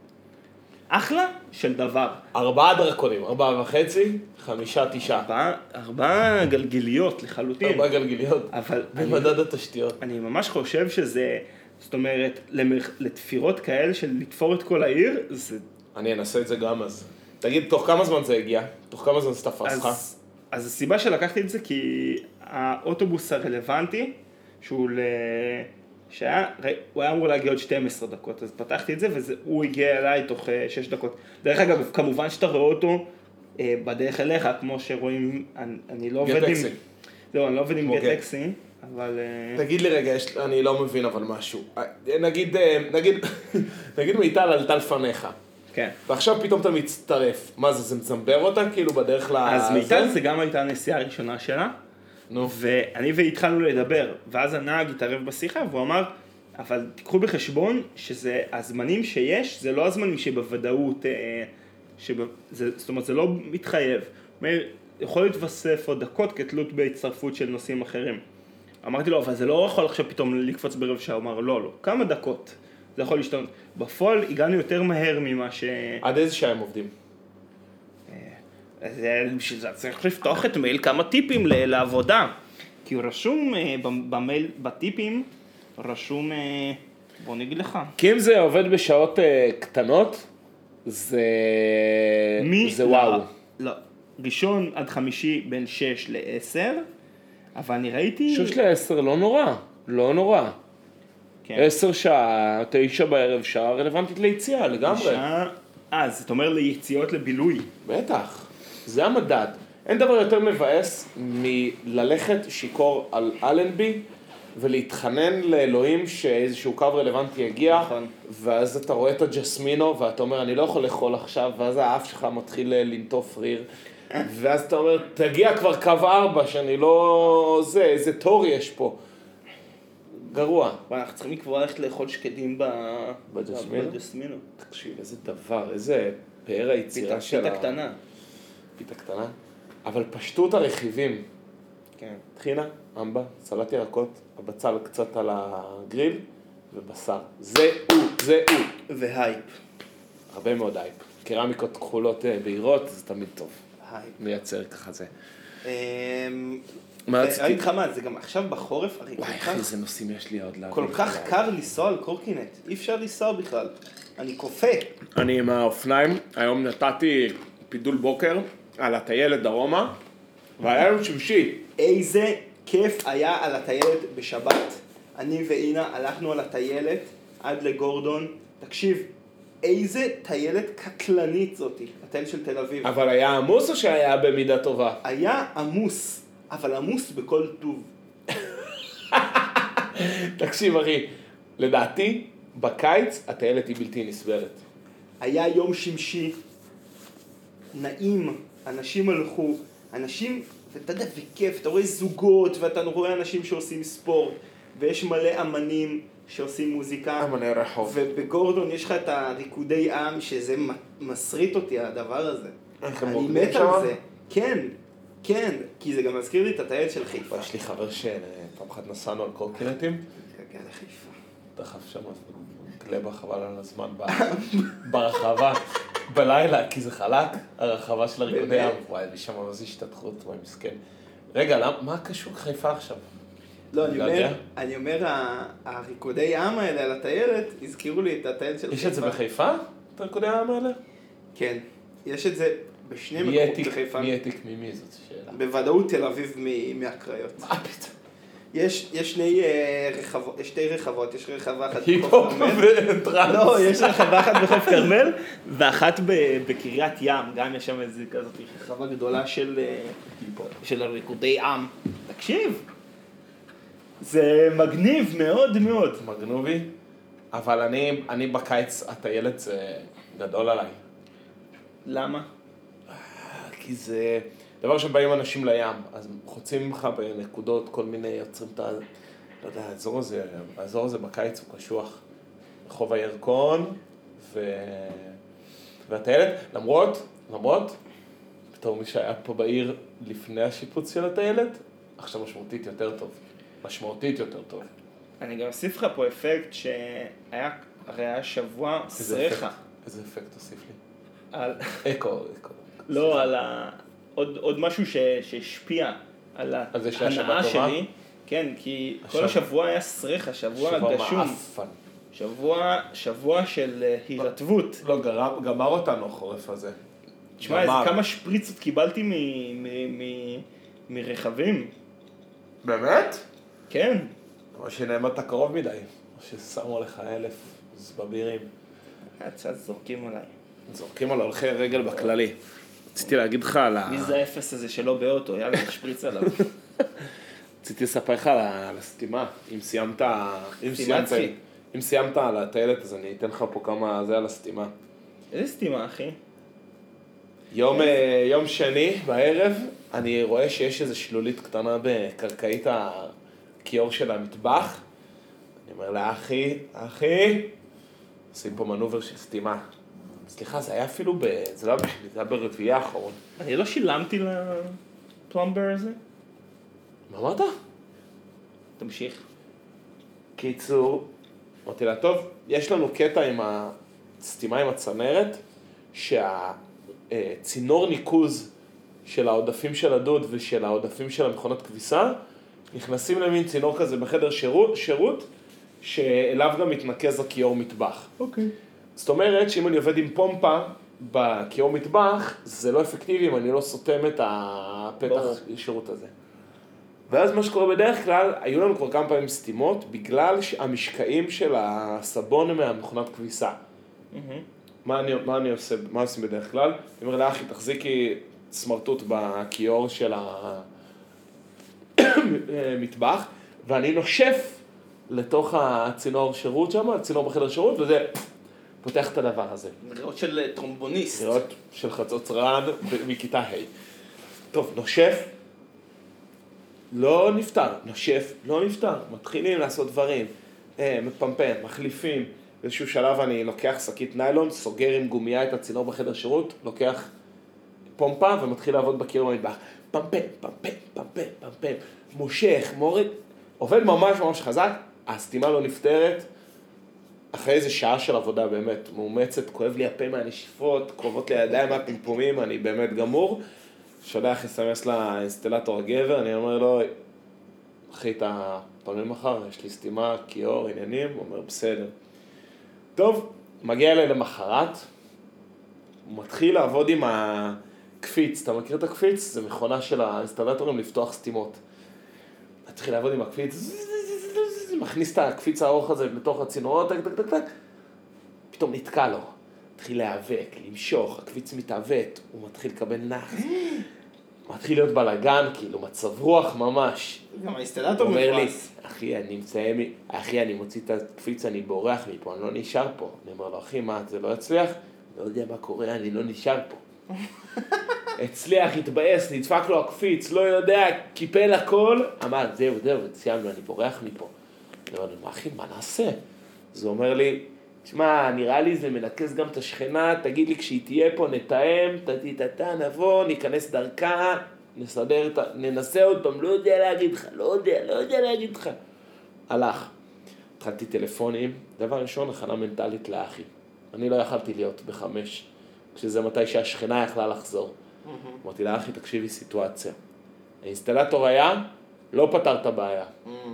אחלה של דבר. ארבעה דרקונים, ארבעה וחצי, חמישה, תשעה. ארבעה, ארבעה גלגיליות לחלוטין. ארבעה גלגיליות, אבל במדד התשתיות. אני ממש חושב שזה... זאת אומרת, לתפירות כאלה של לתפור את כל העיר, זה... אני אנסה את זה גם אז. תגיד, תוך כמה זמן זה הגיע? תוך כמה זמן זה תפס לך? אז, אז הסיבה שלקחתי את זה, כי האוטובוס הרלוונטי, שהוא ל... שהיה, הוא היה אמור להגיע עוד שתים עשרה דקות, אז פתחתי את זה, והוא הגיע אליי תוך שש דקות. דרך אגב, כמובן שאתה רואה אותו בדרך אליך, כמו שרואים, אני, אני לא עובד עם... גט-טקסי. לא, אני לא עובד עם גט-טקסי. אבל... תגיד לי רגע, אני לא מבין אבל משהו. נגיד, נגיד, נגיד מיטל עלתה לפניך. כן. ועכשיו פתאום אתה מצטרף. מה זה, זה מצמבר אותה כאילו בדרך ל... אז מיטל זה גם הייתה הנסיעה הראשונה שלה. נו. ואני והתחלנו לדבר, ואז הנהג התערב בשיחה, והוא אמר, אבל תיקחו בחשבון שזה הזמנים שיש, זה לא הזמנים שבוודאות, שבא, זה, זאת אומרת, זה לא מתחייב. הוא אומר, יכול להתווסף עוד דקות כתלות בהצטרפות של נושאים אחרים. אמרתי לו, אבל זה לא יכול עכשיו פתאום לקפוץ ברבע שעה, הוא אמר, לא, לא, כמה דקות, זה יכול להשתנות. בפועל הגענו יותר מהר ממה ש... עד איזה שעה הם עובדים? בשביל זה צריך לפתוח את מייל כמה טיפים לעבודה, כי הוא רשום במייל, בטיפים, רשום, בוא נגיד לך. כי אם זה עובד בשעות קטנות, זה, זה וואו. לא, ראשון עד חמישי בין שש לעשר, אבל אני ראיתי... שש לעשר לא נורא, לא נורא. עשר שעה, תשע בערב שעה, רלוונטית ליציאה לגמרי. אה, זאת אומרת ליציאות לבילוי. בטח, זה המדד. אין דבר יותר מבאס מללכת שיקור על אלנבי ולהתחנן לאלוהים שאיזשהו קו רלוונטי יגיע, נכון. ואז אתה רואה את הג'סמינו ואתה אומר אני לא יכול לאכול עכשיו, ואז האף שלך מתחיל לנטוף ריר, ואז אתה אומר תגיע כבר קו ארבע שאני לא... זה, איזה תור יש פה. גרוע. אנחנו צריכים כבר ללכת לאכול שקדים בג'סמינו. תקשיב, איזה דבר, איזה פאר היצירה של ה... פיתה קטנה. פיתה קטנה. אבל פשטות הרכיבים. כן. טחינה, אמבה, סלט ירקות, הבצל קצת על הגריל, ובשר. זה הוא, זה הוא. והייפ. הרבה מאוד הייפ. קרמיקות כחולות בהירות, זה תמיד טוב. הייפ. מייצר ככה זה. מה רציתי? אני חמד, זה גם עכשיו בחורף, וואי, איזה נושאים יש לי עוד להביא. כל כך קר לנסוע על קורקינט, אי אפשר לנסוע בכלל. אני קופה. אני עם האופניים, היום נתתי פידול בוקר על הטיילת דרומה, והיה לנו שמשי. איזה כיף היה על הטיילת בשבת. אני ואינה הלכנו על הטיילת עד לגורדון. תקשיב, איזה טיילת קטלנית זאתי, הטיילת של תל אביב. אבל היה עמוס או שהיה במידה טובה? היה עמוס. אבל עמוס בכל טוב. תקשיב אחי, לדעתי בקיץ הטיילת היא בלתי נסברת. היה יום שמשי, נעים, אנשים הלכו, אנשים, ואתה יודע, וכיף, אתה רואה זוגות ואתה רואה אנשים שעושים ספורט, ויש מלא אמנים שעושים מוזיקה. אמני רחוב. ובגורדון יש לך את הריקודי עם שזה מסריט אותי הדבר הזה. אני מת על זה. כן. כן, כי זה גם מזכיר לי את הטיילת של חיפה. יש לי חבר שפעם אחת נסענו על קורקינטים. כן, לחיפה. דחף שם קלבה חבל על הזמן ברחבה בלילה, כי זה חלק, הרחבה של הריקודי ים. וואי, לי שם ממש השתתחות, וואי, מסכן. רגע, מה קשור חיפה עכשיו? לא, אני אומר, הריקודי ים האלה על הטיילת, הזכירו לי את הטיילת של חיפה. יש את זה בחיפה? את הריקודי ים האלה? כן, יש את זה... בשני מקומות בחיפה. מי העתיק ממי זאת שאלה? בוודאות תל אביב מהקריות. מה פתאום? יש שני רחבות, יש שתי רחבות, יש רחבה אחת היפ-הופ וטרנס. לא, יש רחבה אחת בחוף כרמל, ואחת בקריית ים, גם יש שם איזה כזאת רחבה גדולה של הריקודי עם. תקשיב, זה מגניב מאוד מאוד. מגנובי, אבל אני בקיץ, הטיילת זה גדול עליי. למה? כי זה דבר שבאים אנשים לים, אז חוצים ממך בנקודות, כל מיני יוצרים את ה... לא יודע, האזור הזה, האזור הזה בקיץ הוא קשוח. רחוב הירקון, ו... והטיילת, למרות, למרות, בתור מי שהיה פה בעיר לפני השיפוץ של הטיילת, עכשיו משמעותית יותר טוב. משמעותית יותר טוב. אני גם אוסיף לך פה אפקט שהיה, הרי היה שבוע סריחה. איזה אפקט תוסיף לי? על... אקו, אקו. לא, על ה... עוד, עוד משהו ש... שהשפיע על ההנאה שלי. כן, כי כל השבוע היה סריחה, שבוע גשום. שבוע מאפן. שבוע, שבוע של הירטבות. לא, גרם, גמר אותנו החורף הזה. תשמע, איזה כמה שפריצות קיבלתי מ... מ... מ... מרכבים. באמת? כן. או שנעמדת קרוב מדי, או ששמו לך אלף זבבירים. קצת זורקים עליי. זורקים על הולכי רגל בכללי. רציתי להגיד לך על ה... מי זה האפס הזה שלא באוטו? יאללה, תשפריץ עליו. רציתי לספר לך על הסתימה. אם סיימת... סתימצקי. אם סיימת על הטיילת, אז אני אתן לך פה כמה זה על הסתימה. איזה סתימה, אחי? יום, יום שני בערב, אני רואה שיש איזו שלולית קטנה בקרקעית הכיור של המטבח. אני אומר לה, אחי, אחי, עושים פה מנובר של סתימה. סליחה, זה היה אפילו, ב... זה לא היה בשבילי, זה היה ברביעי האחרון. אני לא שילמתי לפלומבר הזה? מה אמרת? תמשיך. קיצור, אמרתי לה, טוב, יש לנו קטע עם הסתימה עם הצנרת, שהצינור ניקוז של העודפים של הדוד ושל העודפים של המכונת כביסה, נכנסים למין צינור כזה בחדר שירות, שירות שאליו גם מתנקז הכיור מטבח. אוקיי. זאת אומרת שאם אני עובד עם פומפה בכיור מטבח, זה לא אפקטיבי אם אני לא סותם את הפתח שירות הזה. ואז מה שקורה בדרך כלל, היו לנו כבר כמה פעמים סתימות, בגלל המשקעים של הסבון מהמכונת כביסה. מה אני, מה אני עושה, מה עושים בדרך כלל? אני אומר לה, אחי, תחזיקי סמרטוט בכיור של המטבח, ואני נושף לתוך הצינור שירות שם, הצינור בחדר שירות, וזה פותח את הדבר הזה. נראות של טרומבוניסט. נראות של חצוצרן מכיתה ה'. טוב, נושף, לא נפטר, נושף, לא נפטר, מתחילים לעשות דברים, מפמפם, מחליפים, באיזשהו שלב אני לוקח שקית ניילון, סוגר עם גומיה את הצינור בחדר שירות, לוקח פומפה ומתחיל לעבוד בקירור במטבח. פמפם, פמפם, פמפם, פמפם, מושך, מורד, עובד ממש ממש חזק, הסתימה לא נפטרת, אחרי איזה שעה של עבודה באמת מאומצת, כואב לי הפה מהנשיפות, כואבות לי הידיים מהפמפומים, אני באמת גמור. שולח אס-אם-אס לאינסטלטור הגבר, אני אומר לו, אחי, אתה פנוי מחר, יש לי סתימה, כיור, עניינים, הוא אומר, בסדר. טוב, מגיע אליי למחרת, הוא מתחיל לעבוד עם הקפיץ, אתה מכיר את הקפיץ? זה מכונה של האינסטלטורים לפתוח סתימות. מתחיל לעבוד עם הקפיץ, מכניס את הקפיץ הארוך הזה לתוך הצינורות, טק, טק, טק, טק, פתאום נתקע לו. מתחיל להיאבק, למשוך, הקפיץ מתעוות, הוא מתחיל לקבל נח. מתחיל להיות בלגן, כאילו, מצב רוח ממש. גם האינסטלטור אומר לי, מפרס. אחי, אני מצאים, אחי, אני מוציא את הקפיץ, אני בורח מפה, אני לא נשאר פה. אני אומר לו, אחי, מה, זה לא יצליח? לא יודע מה קורה, אני לא נשאר פה. הצליח, התבאס, נדפק לו הקפיץ, לא יודע, קיפל הכל. אמר, זהו, זהו, סיימנו, אני בורח מפה. אני אומר לו, מה אחי, מה נעשה? זה אומר לי, תשמע, נראה לי זה מנקז גם את השכנה, תגיד לי כשהיא תהיה פה, נתאם, תתתתה, נבוא, ניכנס דרכה, נסדר, ננסה עוד פעם, לא יודע להגיד לך, לא יודע, לא יודע להגיד לך. הלך. התחלתי טלפונים, דבר ראשון, הכנה מנטלית לאחי. אני לא יכלתי להיות בחמש, כשזה מתי שהשכנה יכלה לחזור. אמרתי לה, אחי, תקשיבי סיטואציה. האינסטלטור היה, לא פתר את הבעיה.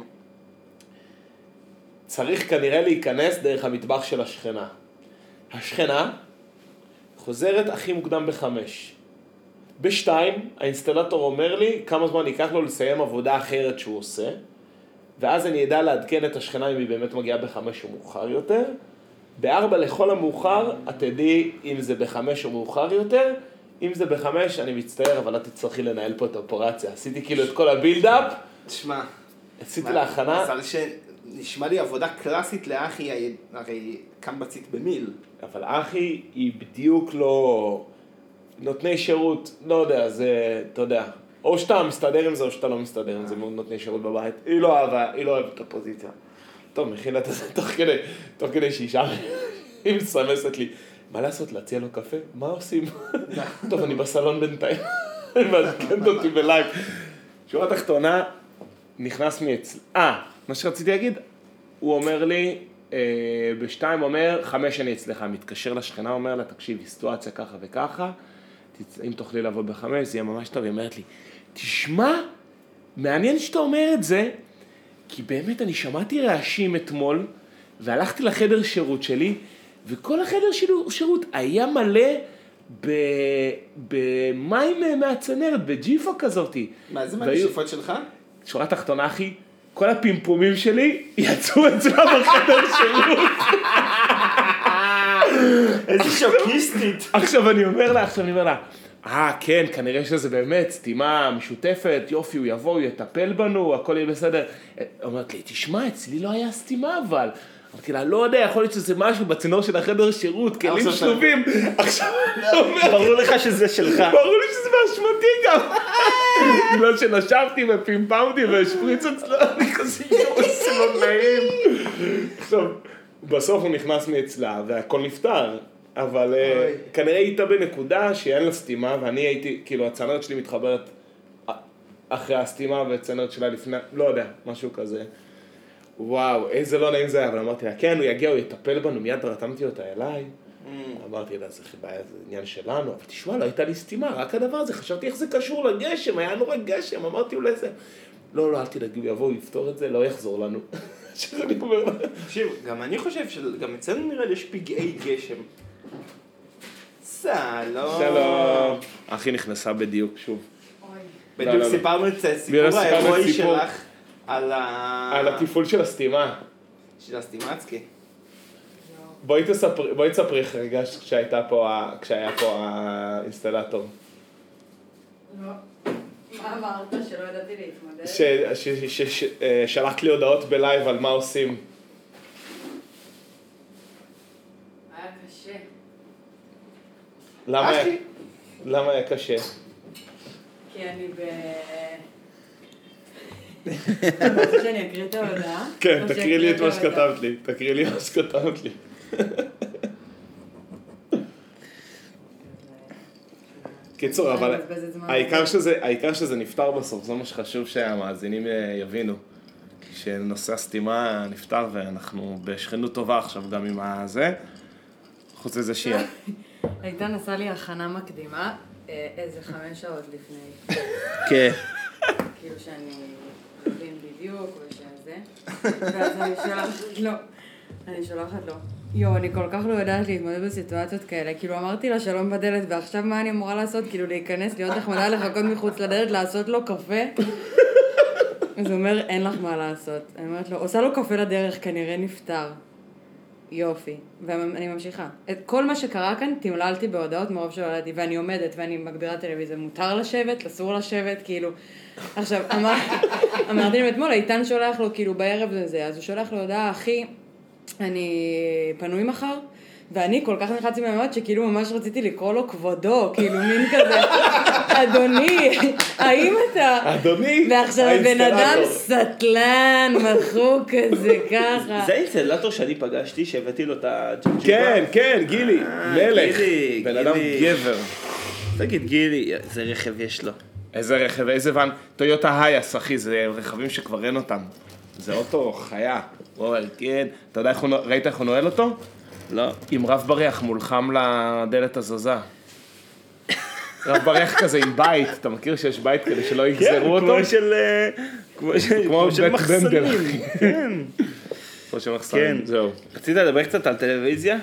צריך כנראה להיכנס דרך המטבח של השכנה. השכנה חוזרת הכי מוקדם בחמש. בשתיים, האינסטלטור אומר לי כמה זמן ייקח לו לסיים עבודה אחרת שהוא עושה, ואז אני ידע לעדכן את השכנה אם היא באמת מגיעה בחמש או מאוחר יותר. בארבע לכל המאוחר, את תדעי אם זה בחמש או מאוחר יותר. אם זה בחמש, אני מצטער, אבל את תצטרכי לנהל פה את האופרציה. עשיתי כאילו את כל הבילדאפ. תשמע. עשיתי להכנה. מזל שנשמע לי עבודה קלאסית לאחי, הרי קם בצית במיל. אבל אחי היא בדיוק לא נותני שירות, לא יודע, זה, אתה יודע, או שאתה מסתדר עם זה או שאתה לא מסתדר עם זה, נותני שירות בבית. היא לא אהבה, היא לא אוהבת את הפוזיציה. טוב, מכינה את זה תוך כדי, תוך כדי שאישה, היא מסמסת לי, מה לעשות, להציע לו קפה? מה עושים? טוב, אני בסלון בינתיים, היא מעדכנת אותי בלייב. שורה תחתונה, נכנס מעצל. אה, מה שרציתי להגיד, הוא אומר לי, בשתיים אומר, חמש אני אצלך, מתקשר לשכנה, אומר לה, תקשיבי, סיטואציה ככה וככה, אם תוכלי לעבוד בחמש, זה יהיה ממש טוב. היא אומרת לי, תשמע, מעניין שאתה אומר את זה, כי באמת אני שמעתי רעשים אתמול, והלכתי לחדר שירות שלי, וכל החדר שירות היה מלא במים מהצנרת, בג'יפה כזאת. מה, זה מהנשיפות שלך? שורה תחתונה, אחי, כל הפימפומים שלי יצאו אצלה בחדר שירות. איזה שוקיסטית. עכשיו אני אומר לה, עכשיו אני אומר לה, אה, כן, כנראה שזה באמת סתימה משותפת, יופי, הוא יבוא, הוא יטפל בנו, הכל יהיה בסדר. אומרת לי, תשמע, אצלי לא היה סתימה, אבל... אמרתי לה, לא יודע, יכול להיות שזה משהו בצינור של החדר שירות, כלים שלובים. עכשיו, ברור לך שזה שלך. ברור לי שזה באשמתי גם. בגלל שנשבתי ופימפמתי והשפריץ אצלו, אני כזה יום סלון נעים. עכשיו, בסוף הוא נכנס מאצלה והכל נפטר. אבל כנראה הייתה בנקודה שאין לה סתימה, ואני הייתי, כאילו, הצנרת שלי מתחברת אחרי הסתימה, והצנרת שלה לפני, לא יודע, משהו כזה. וואו, איזה לא נעים זה היה, אבל אמרתי לה, כן, הוא יגיע, הוא יטפל בנו, מיד רתמתי אותה אליי. אמרתי לה, זה חיבה, זה עניין שלנו, אבל תשמע, לא הייתה לי סתימה, רק הדבר הזה, חשבתי איך זה קשור לגשם, היה נורא גשם, אמרתי אולי זה... לא, לא, אל תדאגו, יבואו לפתור את זה, לא יחזור לנו. שאני אומר לה. תקשיב, גם אני חושב שגם אצלנו נראה לי יש פגעי גשם. שלום. שלום. אחי נכנסה בדיוק שוב. בדיוק סיפרנו את סיפור ההירואי שלך על ה... על הטיפול של הסתימה. של הסתימצקי. בואי תספרי, בואי תספרי איך הרגשת כשהייתה פה, כשהיה פה האינסטלטור. לא. מה אמרת? שלא ידעתי להתמודד? ששלחת לי הודעות בלייב על מה עושים. היה קשה. למה היה, למה היה קשה? כי אני ב... אתה רוצה שאני אקריא את ההודעה? כן, תקריא לי את מה שכתבת לי. תקריא לי מה שכתבת לי. קיצור, אבל העיקר שזה, העיקר שזה נפטר בסוף, זה מה שחשוב שהמאזינים יבינו. שנושא הסתימה נפטר ואנחנו בשכנות טובה עכשיו גם עם הזה. חוץ לזה שיהיה. הייתה נסעה לי הכנה מקדימה, איזה חמש שעות לפני. כן. כאילו שאני מבין בדיוק ושזה. ואז אני שולחת, לא, אני שולחת לו. יו, אני כל כך לא יודעת להתמודד בסיטואציות כאלה. כאילו אמרתי לה שלום בדלת, ועכשיו מה אני אמורה לעשות? כאילו להיכנס, להיות נחמדה, לחכות מחוץ לדלת, לעשות לו קפה. אז הוא אומר, אין לך מה לעשות. אני אומרת לו, עושה לו קפה לדרך, כנראה נפטר. יופי. ואני ממשיכה. את כל מה שקרה כאן, תמללתי בהודעות מרוב שלא ידעתי, ואני עומדת, ואני מגבירה טלוויזיה. מותר לשבת, אסור לשבת, כאילו. עכשיו, אמר, אמרתי להם אתמול, איתן שולח לו, כאילו, בערב זה זה, אז הוא שולח לו הודעה, אחי, אני פנוי מחר, ואני כל כך נחצתי מהמאות שכאילו ממש רציתי לקרוא לו כבודו, כאילו מין כזה, אדוני, האם אתה... אדוני, ועכשיו בן אדם סטלן, מחוק כזה, ככה. זה האינסטלטור שאני פגשתי, שהבאתי לו את הג'מג'יבה. כן, כן, גילי, מלך, בן אדם גבר. תגיד, גילי, איזה רכב יש לו? איזה רכב, איזה ואן, טויוטה הייס, אחי, זה רכבים שכבר אין אותם. זה אוטו חיה. וואי, כן. אתה יודע, ראית איך הוא נועל אותו? לא. עם רב בריח מולחם לדלת הזזה. רב בריח כזה עם בית, אתה מכיר שיש בית כדי שלא יגזרו אותו? כמו של... כמו של מחסנים. כן. כמו של מחסנים, זהו. רצית לדבר קצת על טלוויזיה?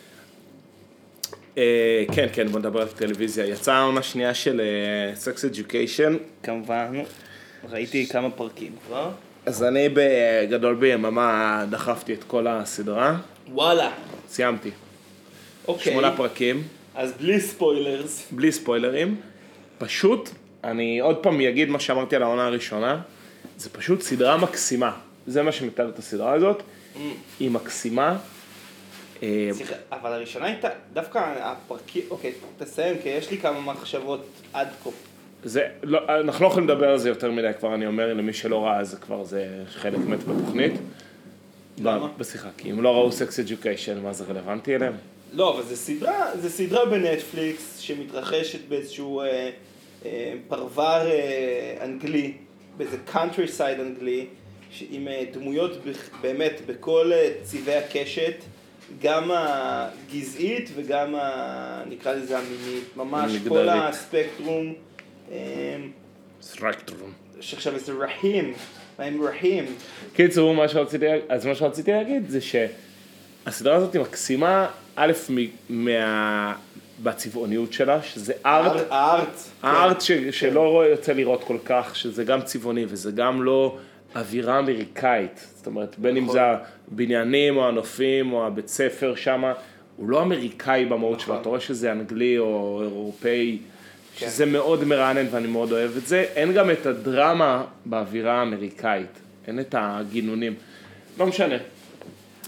כן, כן, בוא נדבר על טלוויזיה. יצאה העונה שנייה של Sex Education. כמובן, ראיתי כמה פרקים כבר. אז אני בגדול ביממה דחפתי את כל הסדרה. וואלה. סיימתי. אוקיי. שמונה פרקים. אז בלי ספוילרס. בלי ספוילרים. פשוט, אני עוד פעם אגיד מה שאמרתי על העונה הראשונה. זה פשוט סדרה מקסימה. זה מה שמתאר את הסדרה הזאת. היא מקסימה. סליחה, אבל הראשונה הייתה, דווקא הפרקים, אוקיי, תסיים, כי יש לי כמה מחשבות עד כה. זה, לא, אנחנו לא יכולים לדבר על זה יותר מדי כבר, אני אומר, למי שלא ראה, זה כבר, זה חלק מת בתוכנית. למה? בשיחה, כי אם לא ראו Sex Education, מה זה רלוונטי אליהם? לא, אבל זה סדרה, זה סדרה בנטפליקס שמתרחשת באיזשהו אה, אה, פרבר אה, אנגלי, באיזה country side אנגלי, עם אה, דמויות באמת בכל אה, צבעי הקשת, גם הגזעית וגם, ה, נקרא לזה המינית, ממש מגדרית. כל הספקטרום. ספקטרום. שעכשיו זה רחים, הם רחים. קיצור, מה שרציתי, אז מה שרציתי להגיד זה שהסדרה הזאת היא מקסימה, א', מה... בצבעוניות שלה, שזה ארט. הארט. הארט ש... שלא יוצא לראות כל כך, שזה גם צבעוני וזה גם לא אווירה אמריקאית. זאת אומרת, בין אם זה הבניינים או הנופים או הבית ספר שמה, הוא לא אמריקאי במהות שלו, אתה רואה שזה אנגלי או אירופאי, שזה מאוד מרענן ואני מאוד אוהב את זה. אין גם את הדרמה באווירה האמריקאית, אין את הגינונים. לא משנה.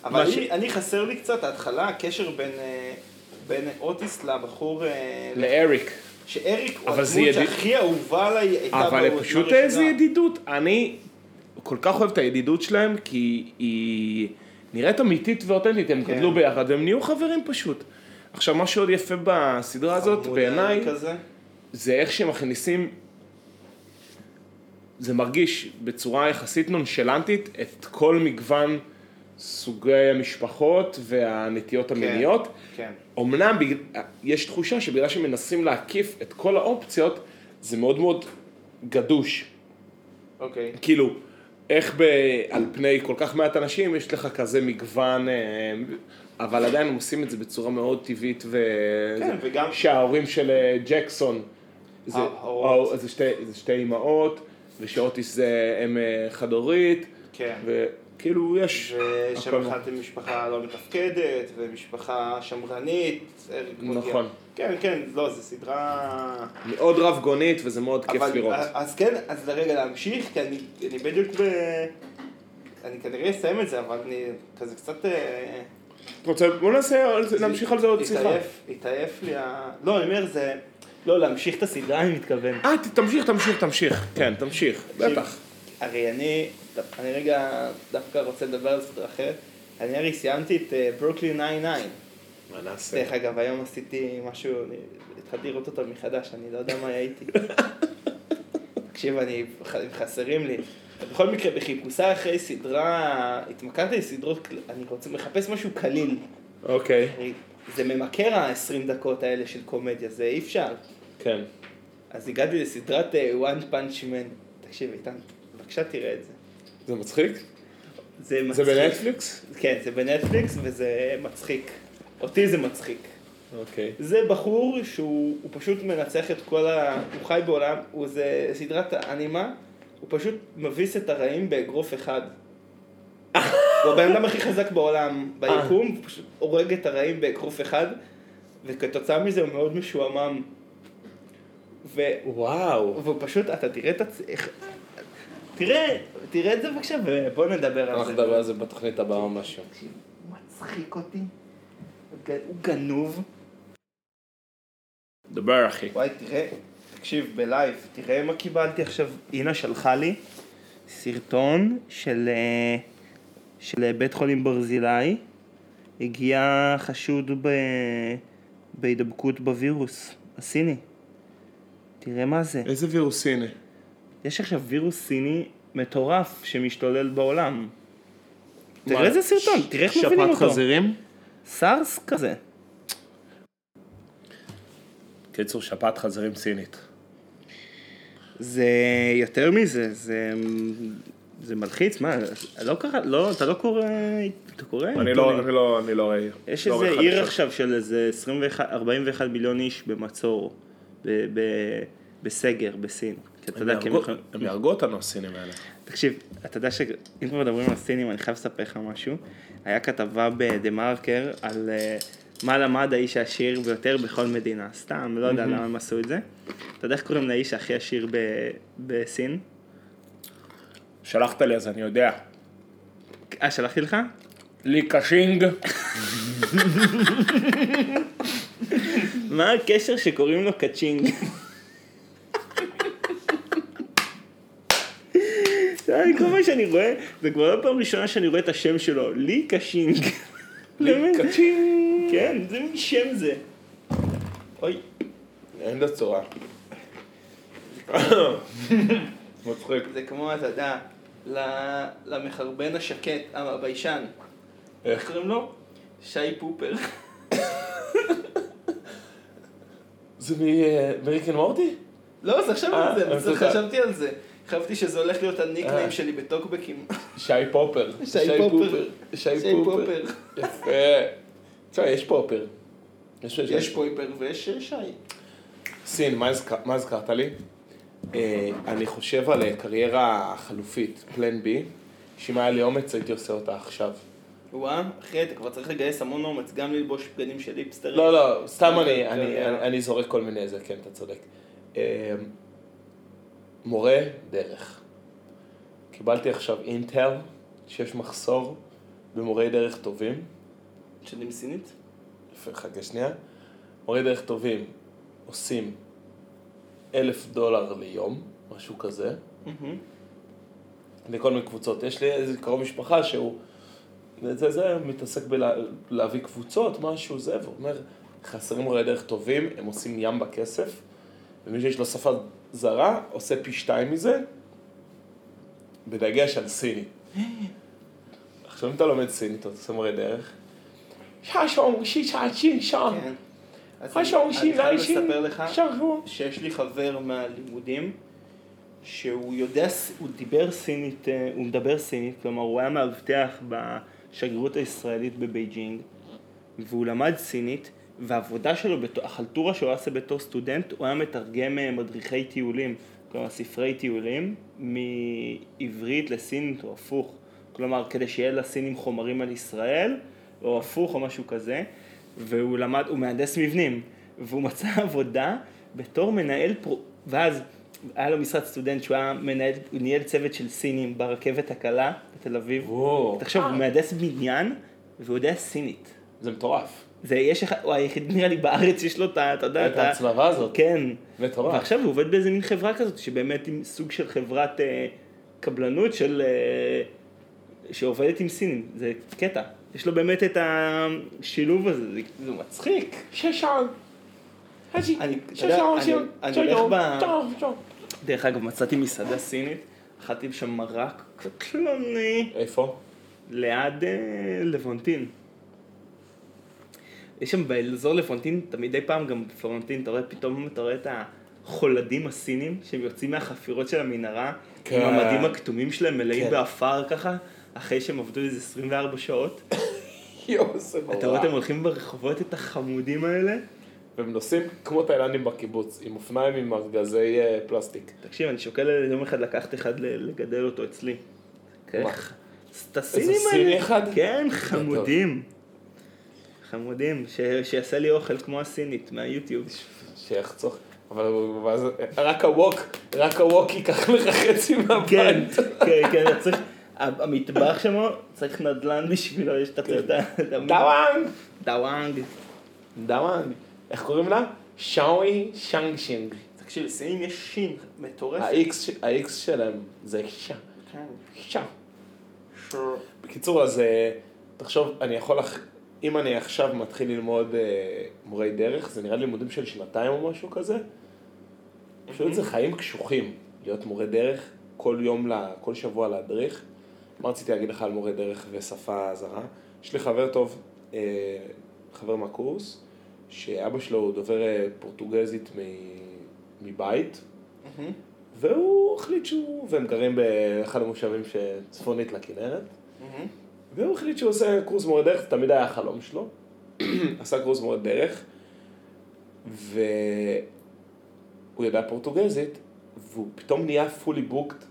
אבל ש- אני, אני חסר לי קצת ההתחלה, הקשר בין, אה, בין אוטיס לבחור, אה, לאריק. שאריק הוא אבל זה הדמות ידיד- שהכי אהובה עליי הייתה אבל בעונה פשוט הראשונה. איזה ידידות. אני כל כך אוהב את הידידות שלהם, כי היא נראית אמיתית ואותנטית, הם כן. גדלו ביחד, והם נהיו חברים פשוט. עכשיו, מה שעוד יפה בסדרה הזאת, חמוד בעיניי, כזה. זה איך שהם מכניסים, זה מרגיש בצורה יחסית נונשלנטית, את כל מגוון סוגי המשפחות והנטיות המיניות. כן. אמנם בגלל- יש תחושה שבגלל שמנסים להקיף את כל האופציות, זה מאוד מאוד גדוש. אוקיי. כאילו, איך ב, על פני כל כך מעט אנשים יש לך כזה מגוון, אה, אבל עדיין הם עושים את זה בצורה מאוד טבעית, ו... כן, וגם- שההורים של אה, ג'קסון, זה, ההורות. או- זה, שתי, זה שתי אמהות, ושאוטיס זה אם אה, חד-הורית, כן. וכאילו יש... הכל. ושבחרתם משפחה לא מתפקדת, ומשפחה שמרנית. אריק מגיע. נכון. כן, כן, לא, זו סדרה... מאוד רב גונית, וזה מאוד כיף אבל, לראות. אז כן, אז לרגע להמשיך, כי אני, אני בדיוק ב... אני כנראה אסיים את זה, אבל אני כזה קצת... אה, אתה רוצה, בוא נעשה, נמשיך על זה עוד שיחה. התעייף, התעייף לי ה... לא, אני אומר, זה... לא, להמשיך את הסדרה, אני מתכוון. אה, ת- תמשיך, תמשיך, תמשיך. כן, תמשיך, בטח. הרי אני, אני רגע דווקא רוצה לדבר על סדרה אחרת. אני הרי סיימתי את ברוקלין ניין ניין. מה נעשה? דרך אגב, היום עשיתי משהו, אני התחלתי לראות אותו מחדש, אני לא יודע מה הייתי. תקשיב, אני, חסרים לי. בכל מקרה, בחיפושה אחרי סדרה, התמקדתי לסדרות, אני רוצה מחפש משהו קליל. אוקיי. זה ממכר ה-עשרים דקות האלה של קומדיה, זה אי אפשר. כן. אז הגעתי לסדרת uh, One Punch Man. תקשיב, איתן, בבקשה תראה את זה. זה מצחיק? זה מצחיק. זה בנטפליקס? כן, זה בנטפליקס וזה מצחיק. אותי זה מצחיק. אוקיי. זה בחור שהוא הוא פשוט מנצח את כל ה... הוא חי בעולם, הוא זה סדרת אנימה, הוא פשוט מביס את הרעים באגרוף אחד. הוא הבן אדם הכי חזק בעולם ביקום, הוא פשוט הורג את הרעים באגרוף אחד, וכתוצאה מזה הוא מאוד משועמם. ו... וואו. והוא פשוט, אתה תראה את הצ... איך- תראה, תראה את זה בבקשה, ובוא נדבר על אנחנו זה. נדבר על זה בתוכנית הבאה או משהו. הוא מצחיק אותי. הוא גנוב. דבר אחי. וואי, תראה, תקשיב, בלייב, תראה מה קיבלתי עכשיו. אינה שלחה לי סרטון של, אה, של בית חולים ברזילי. הגיע חשוד ב, בהידבקות בווירוס הסיני. תראה מה זה. איזה וירוס הנה? יש עכשיו וירוס סיני מטורף שמשתולל בעולם. מה, תראה איזה סרטון, תראה איך מבינים אותו. שפעת חזירים? סארס כזה. קיצור, שפעת חזירים סינית. זה יותר מזה, זה, זה מלחיץ, מה, לא קרה, לא, אתה לא קורא, אתה קורא? אני לא, אני לא, אני לא ראי. יש לא איזה רואה עיר חדשות. עכשיו של איזה עשרים ואחד, ארבעים ואחד מיליון איש במצור, ב, ב, בסגר, בסין. כי אתה הם יודע, כי הם יהרגו- יכולים- הם יהרגו אותנו הסינים האלה. תקשיב, אתה יודע שאם כבר מדברים על סינים, אני חייב לספר לך משהו. היה כתבה בדה מרקר על uh, מה למד האיש העשיר ביותר בכל מדינה. סתם, לא יודע למה הם עשו את זה. אתה יודע איך קוראים לאיש הכי עשיר ב- בסין? שלחת לי אז אני יודע. אה, שלחתי לך? לי קשינג. מה הקשר שקוראים לו קצ'ינג? זה כל מה שאני רואה, זה כבר לא פעם ראשונה שאני רואה את השם שלו, לי קשינג. לי קצ'ינג. כן, זה מין שם זה. אוי. אין לה צורה. מצחיק. זה כמו, אתה יודע, ל- למחרבן השקט, הביישן. איך קוראים לו? שי פופר. זה מריקן מורטי? לא, זה עכשיו אה, על זה, אז אתה- חשבתי על זה. חשבתי שזה הולך להיות אה. הניקניים שלי בטוקבקים. שי פופר. שי פופר. שי שי פופר. פופר. יפה. תשמע, יש פופר. יש פופר ויש שי. סין, מה הזכ- מה הזכרת לי? אה, אני חושב על אה, קריירה חלופית, פלן בי, שאם היה לי אומץ הייתי עושה אותה עכשיו. וואה, אחי, אתה כבר צריך לגייס המון אומץ, גם ללבוש בגדים של היפסטרים. לא, לא, סתם אני, כן, אני, כן. אני, אני זורק כל מיני זה, כן, אתה צודק. אה, מורה דרך. קיבלתי עכשיו אינטל, שיש מחסור במורי דרך טובים, שנים סינית? יפה, חכה שנייה, מורי דרך טובים עושים אלף דולר ליום, משהו כזה, לכל מיני קבוצות. יש לי איזה קרוב משפחה שהוא, זה זה, מתעסק בלהביא קבוצות, משהו זה, והוא אומר, חסרים מורי דרך טובים, הם עושים ים בכסף, ומי שיש לו שפה זרה, עושה פי שתיים מזה, בדגש על סיני. עכשיו אם אתה לומד סינית, אתה עושה מורי דרך, ששום, שישה, שישה, ששום, שישה, אני חייב לספר לך שיש לי חבר מהלימודים, שהוא יודע, הוא דיבר סינית, הוא מדבר סינית, כלומר הוא היה מאבטח בשגרירות הישראלית בבייג'ינג, והוא למד סינית, והעבודה שלו, החלטורה שהוא עשה בתור סטודנט, הוא היה מתרגם מדריכי טיולים, כלומר ספרי טיולים, מעברית לסינית או הפוך. כלומר, כדי שיהיה לסינים חומרים על ישראל, או הפוך או משהו כזה, והוא למד, הוא מהנדס מבנים, והוא מצא עבודה בתור מנהל, פר... ואז היה לו משרד סטודנט שהוא היה מנהל, הוא ניהל צוות של סינים ברכבת הקלה בתל אביב. וואו. תחשוב, הוא מהנדס בניין, והוא יודע סינית. זה מטורף. זה יש אחד, הוא היחיד נראה לי בארץ, יש לו את ה... אתה יודע, את ההצלבה הזאת. כן. מטורף. ועכשיו הוא עובד באיזה מין חברה כזאת, שבאמת עם סוג של חברת אה, קבלנות של... אה, שעובדת עם סינים. זה קטע. יש לו באמת את השילוב הזה, זה, זה מצחיק. ששון. אני, אתה יודע, אני, אני הולך ב... דרך אגב, מצאתי מסעדה סינית, אכלתי שם מרק קטלני. איפה? ליד אה, לבונטין. יש שם באזור לפלורנטין, תמידי פעם גם בפלורנטין, אתה רואה פתאום, אתה רואה את החולדים הסינים שהם יוצאים מהחפירות של המנהרה, כן. עם המדים הכתומים שלהם מלאים כן. באפר ככה, אחרי שהם עבדו איזה עשרים וארבע שעות. יו, זה נורא. אתה רואה, אתם הולכים ברחובות את החמודים האלה? והם נוסעים כמו תאילנדים בקיבוץ, עם אופניים עם ארגזי פלסטיק. תקשיב, אני שוקל יום אחד לקחת אחד לגדל אותו אצלי. מה? את הסינים האלה? איזה סיני אחד? כן, חמודים. חמודים, שיעשה לי אוכל כמו הסינית מהיוטיוב. שיחצוך, אבל רק הווק, רק הווק ייקח לך חצי מהבית. כן, כן, כן, צריך, המטבח שמו צריך נדלן בשבילו, יש את הדוואנג. דוואנג. דוואנג. איך קוראים לה? שאוי שאנגשינג. תקשיב, לסינים יש שין מטורפת. ה-X שלהם זה שע. כן. שע. בקיצור, אז תחשוב, אני יכול... אם אני עכשיו מתחיל ללמוד אה, מורי דרך, זה נראה לי לימודים של שנתיים או משהו כזה. פשוט זה חיים קשוחים, להיות מורה דרך, כל יום, לה, כל שבוע להדריך. מה רציתי להגיד לך על מורה דרך ושפה זרה? יש לי חבר טוב, אה, חבר מהקורס, שאבא שלו הוא דובר פורטוגזית מבית, והוא החליט שהוא, והם גרים באחד המושבים שצפונית לכנרת, והוא החליט שהוא עושה קורס מורה דרך, זה תמיד היה החלום שלו, עשה קורס מורה דרך, והוא ידע פורטוגזית, והוא פתאום נהיה fully booked,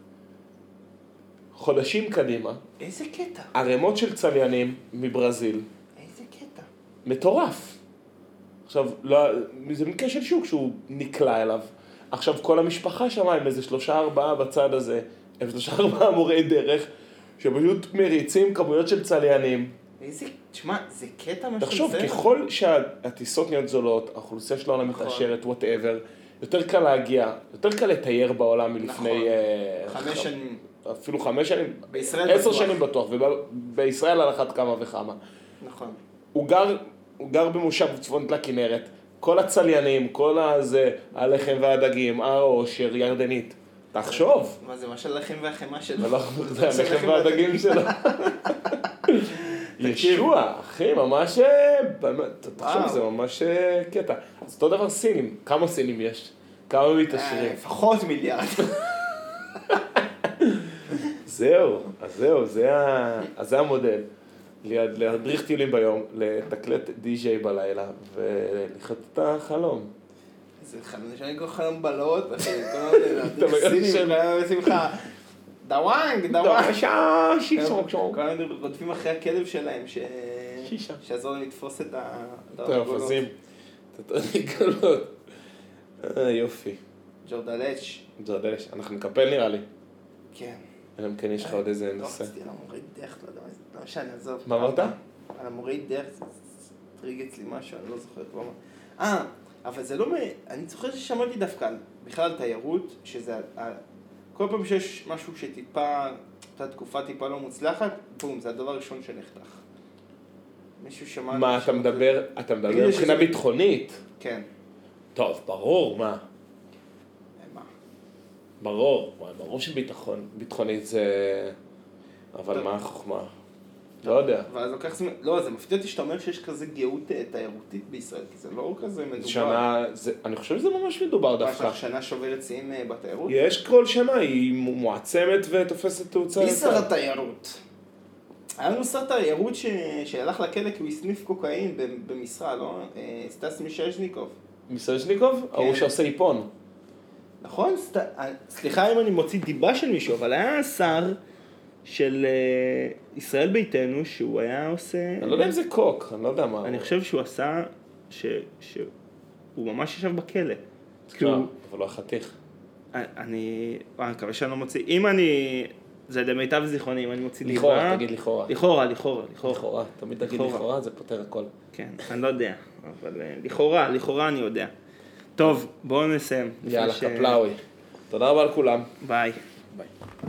חודשים קדימה. איזה קטע? ערימות של צליינים מברזיל. איזה קטע? מטורף. עכשיו, לא, זה מקרה של שוק שהוא נקלע אליו. עכשיו כל המשפחה שם עם איזה שלושה ארבעה בצד הזה, הם שלושה ארבעה מורי דרך, שפשוט מריצים כמויות של צליינים. איזה, תשמע, זה קטע משהו. תחשוב, ככל שהטיסות נהיות זולות, האוכלוסייה של העולם מתעשרת, whatever, יותר קל להגיע, יותר קל לתייר בעולם מלפני... חמש שנים. אפילו חמש שנים, בישראל עשר שנים בטוח, ובישראל על אחת כמה וכמה. נכון. הוא גר, הוא גר במושב צפונית לכנרת, כל הצליינים, כל הזה, הלחם והדגים, העושר, ירדנית. תחשוב. מה זה, מה של הלחם והחמה שלו? זה הלחם והדגים שלו. ישוע, אחי, ממש, תחשוב, זה ממש קטע. אז אותו דבר סינים, כמה סינים יש? כמה מתעשרים? לפחות מיליארד. זהו, אז זהו, זה המודל. להדריך טיולים ביום, לתקלט די-ג'יי בלילה, ולחיות את החלום. זה חלום, יש לי כל חלום בלעות, אחי, כל הזמן, סינים, עושים לך, דוואנג, דוואנג, שישוק, כל הזמן רודפים אחרי הכלב שלהם, שיעזור להם לתפוס את התרנגולות. את התרנגולות. יופי. ג'ורדלץ'. ג'ורדלץ', אנחנו נקפל נראה לי. כן. אלא אם כן יש לך עוד איזה לא נושא. רציתי על המורי דרך, לא יודע, לא משנה, עזוב. מה אמרת? על המורי דרך, זה טריג אצלי משהו, אני לא זוכר כבר מה. אה, אבל זה לא מ... אני זוכר ששמעתי דווקא בכלל על תיירות, שזה... כל פעם שיש משהו שטיפה, אותה תקופה טיפה לא מוצלחת, בום, זה הדבר הראשון שנחתך. מישהו שמע... מה, אתה מדבר, אתה מדבר מבחינה ביטחונית? כן. טוב, ברור, מה? מה? ברור, ברור שביטחון, ביטחונית זה... אבל מה החוכמה? לא יודע. ואז לוקח זמן, לא, זה מפתיע אותי שאתה אומר שיש כזה גאות תיירותית בישראל, כי זה לא כזה מדובר. שנה, אני חושב שזה ממש מדובר דווקא. מה, שנה שוברת שיאים בתיירות? יש כל שנה, היא מועצמת ותופסת תאוצה. מי שר התיירות? היה לנו שר תיירות שהלך לכלא כי הוא הסניף קוקאין במשרה, לא? סטס מישז'ניקוב. מישז'ניקוב? ההוא שעושה איפון. נכון? סליחה אם אני מוציא דיבה של מישהו, אבל היה שר של ישראל ביתנו שהוא היה עושה... אני לא יודע אם זה קוק, אני לא יודע מה. אני חושב שהוא עשה, שהוא ממש ישב בכלא. אבל לא חתיך. אני מקווה שאני לא מוציא, אם אני... זה למיטב זיכרוני, אם אני מוציא דיבה... לכאורה, תגיד לכאורה. לכאורה, לכאורה, לכאורה. לכאורה, תמיד תגיד לכאורה, זה פותר הכל. כן, אני לא יודע, אבל לכאורה, לכאורה אני יודע. טוב, בואו נסיים. יאללה, קפלאוי. תודה רבה לכולם. ביי. ביי.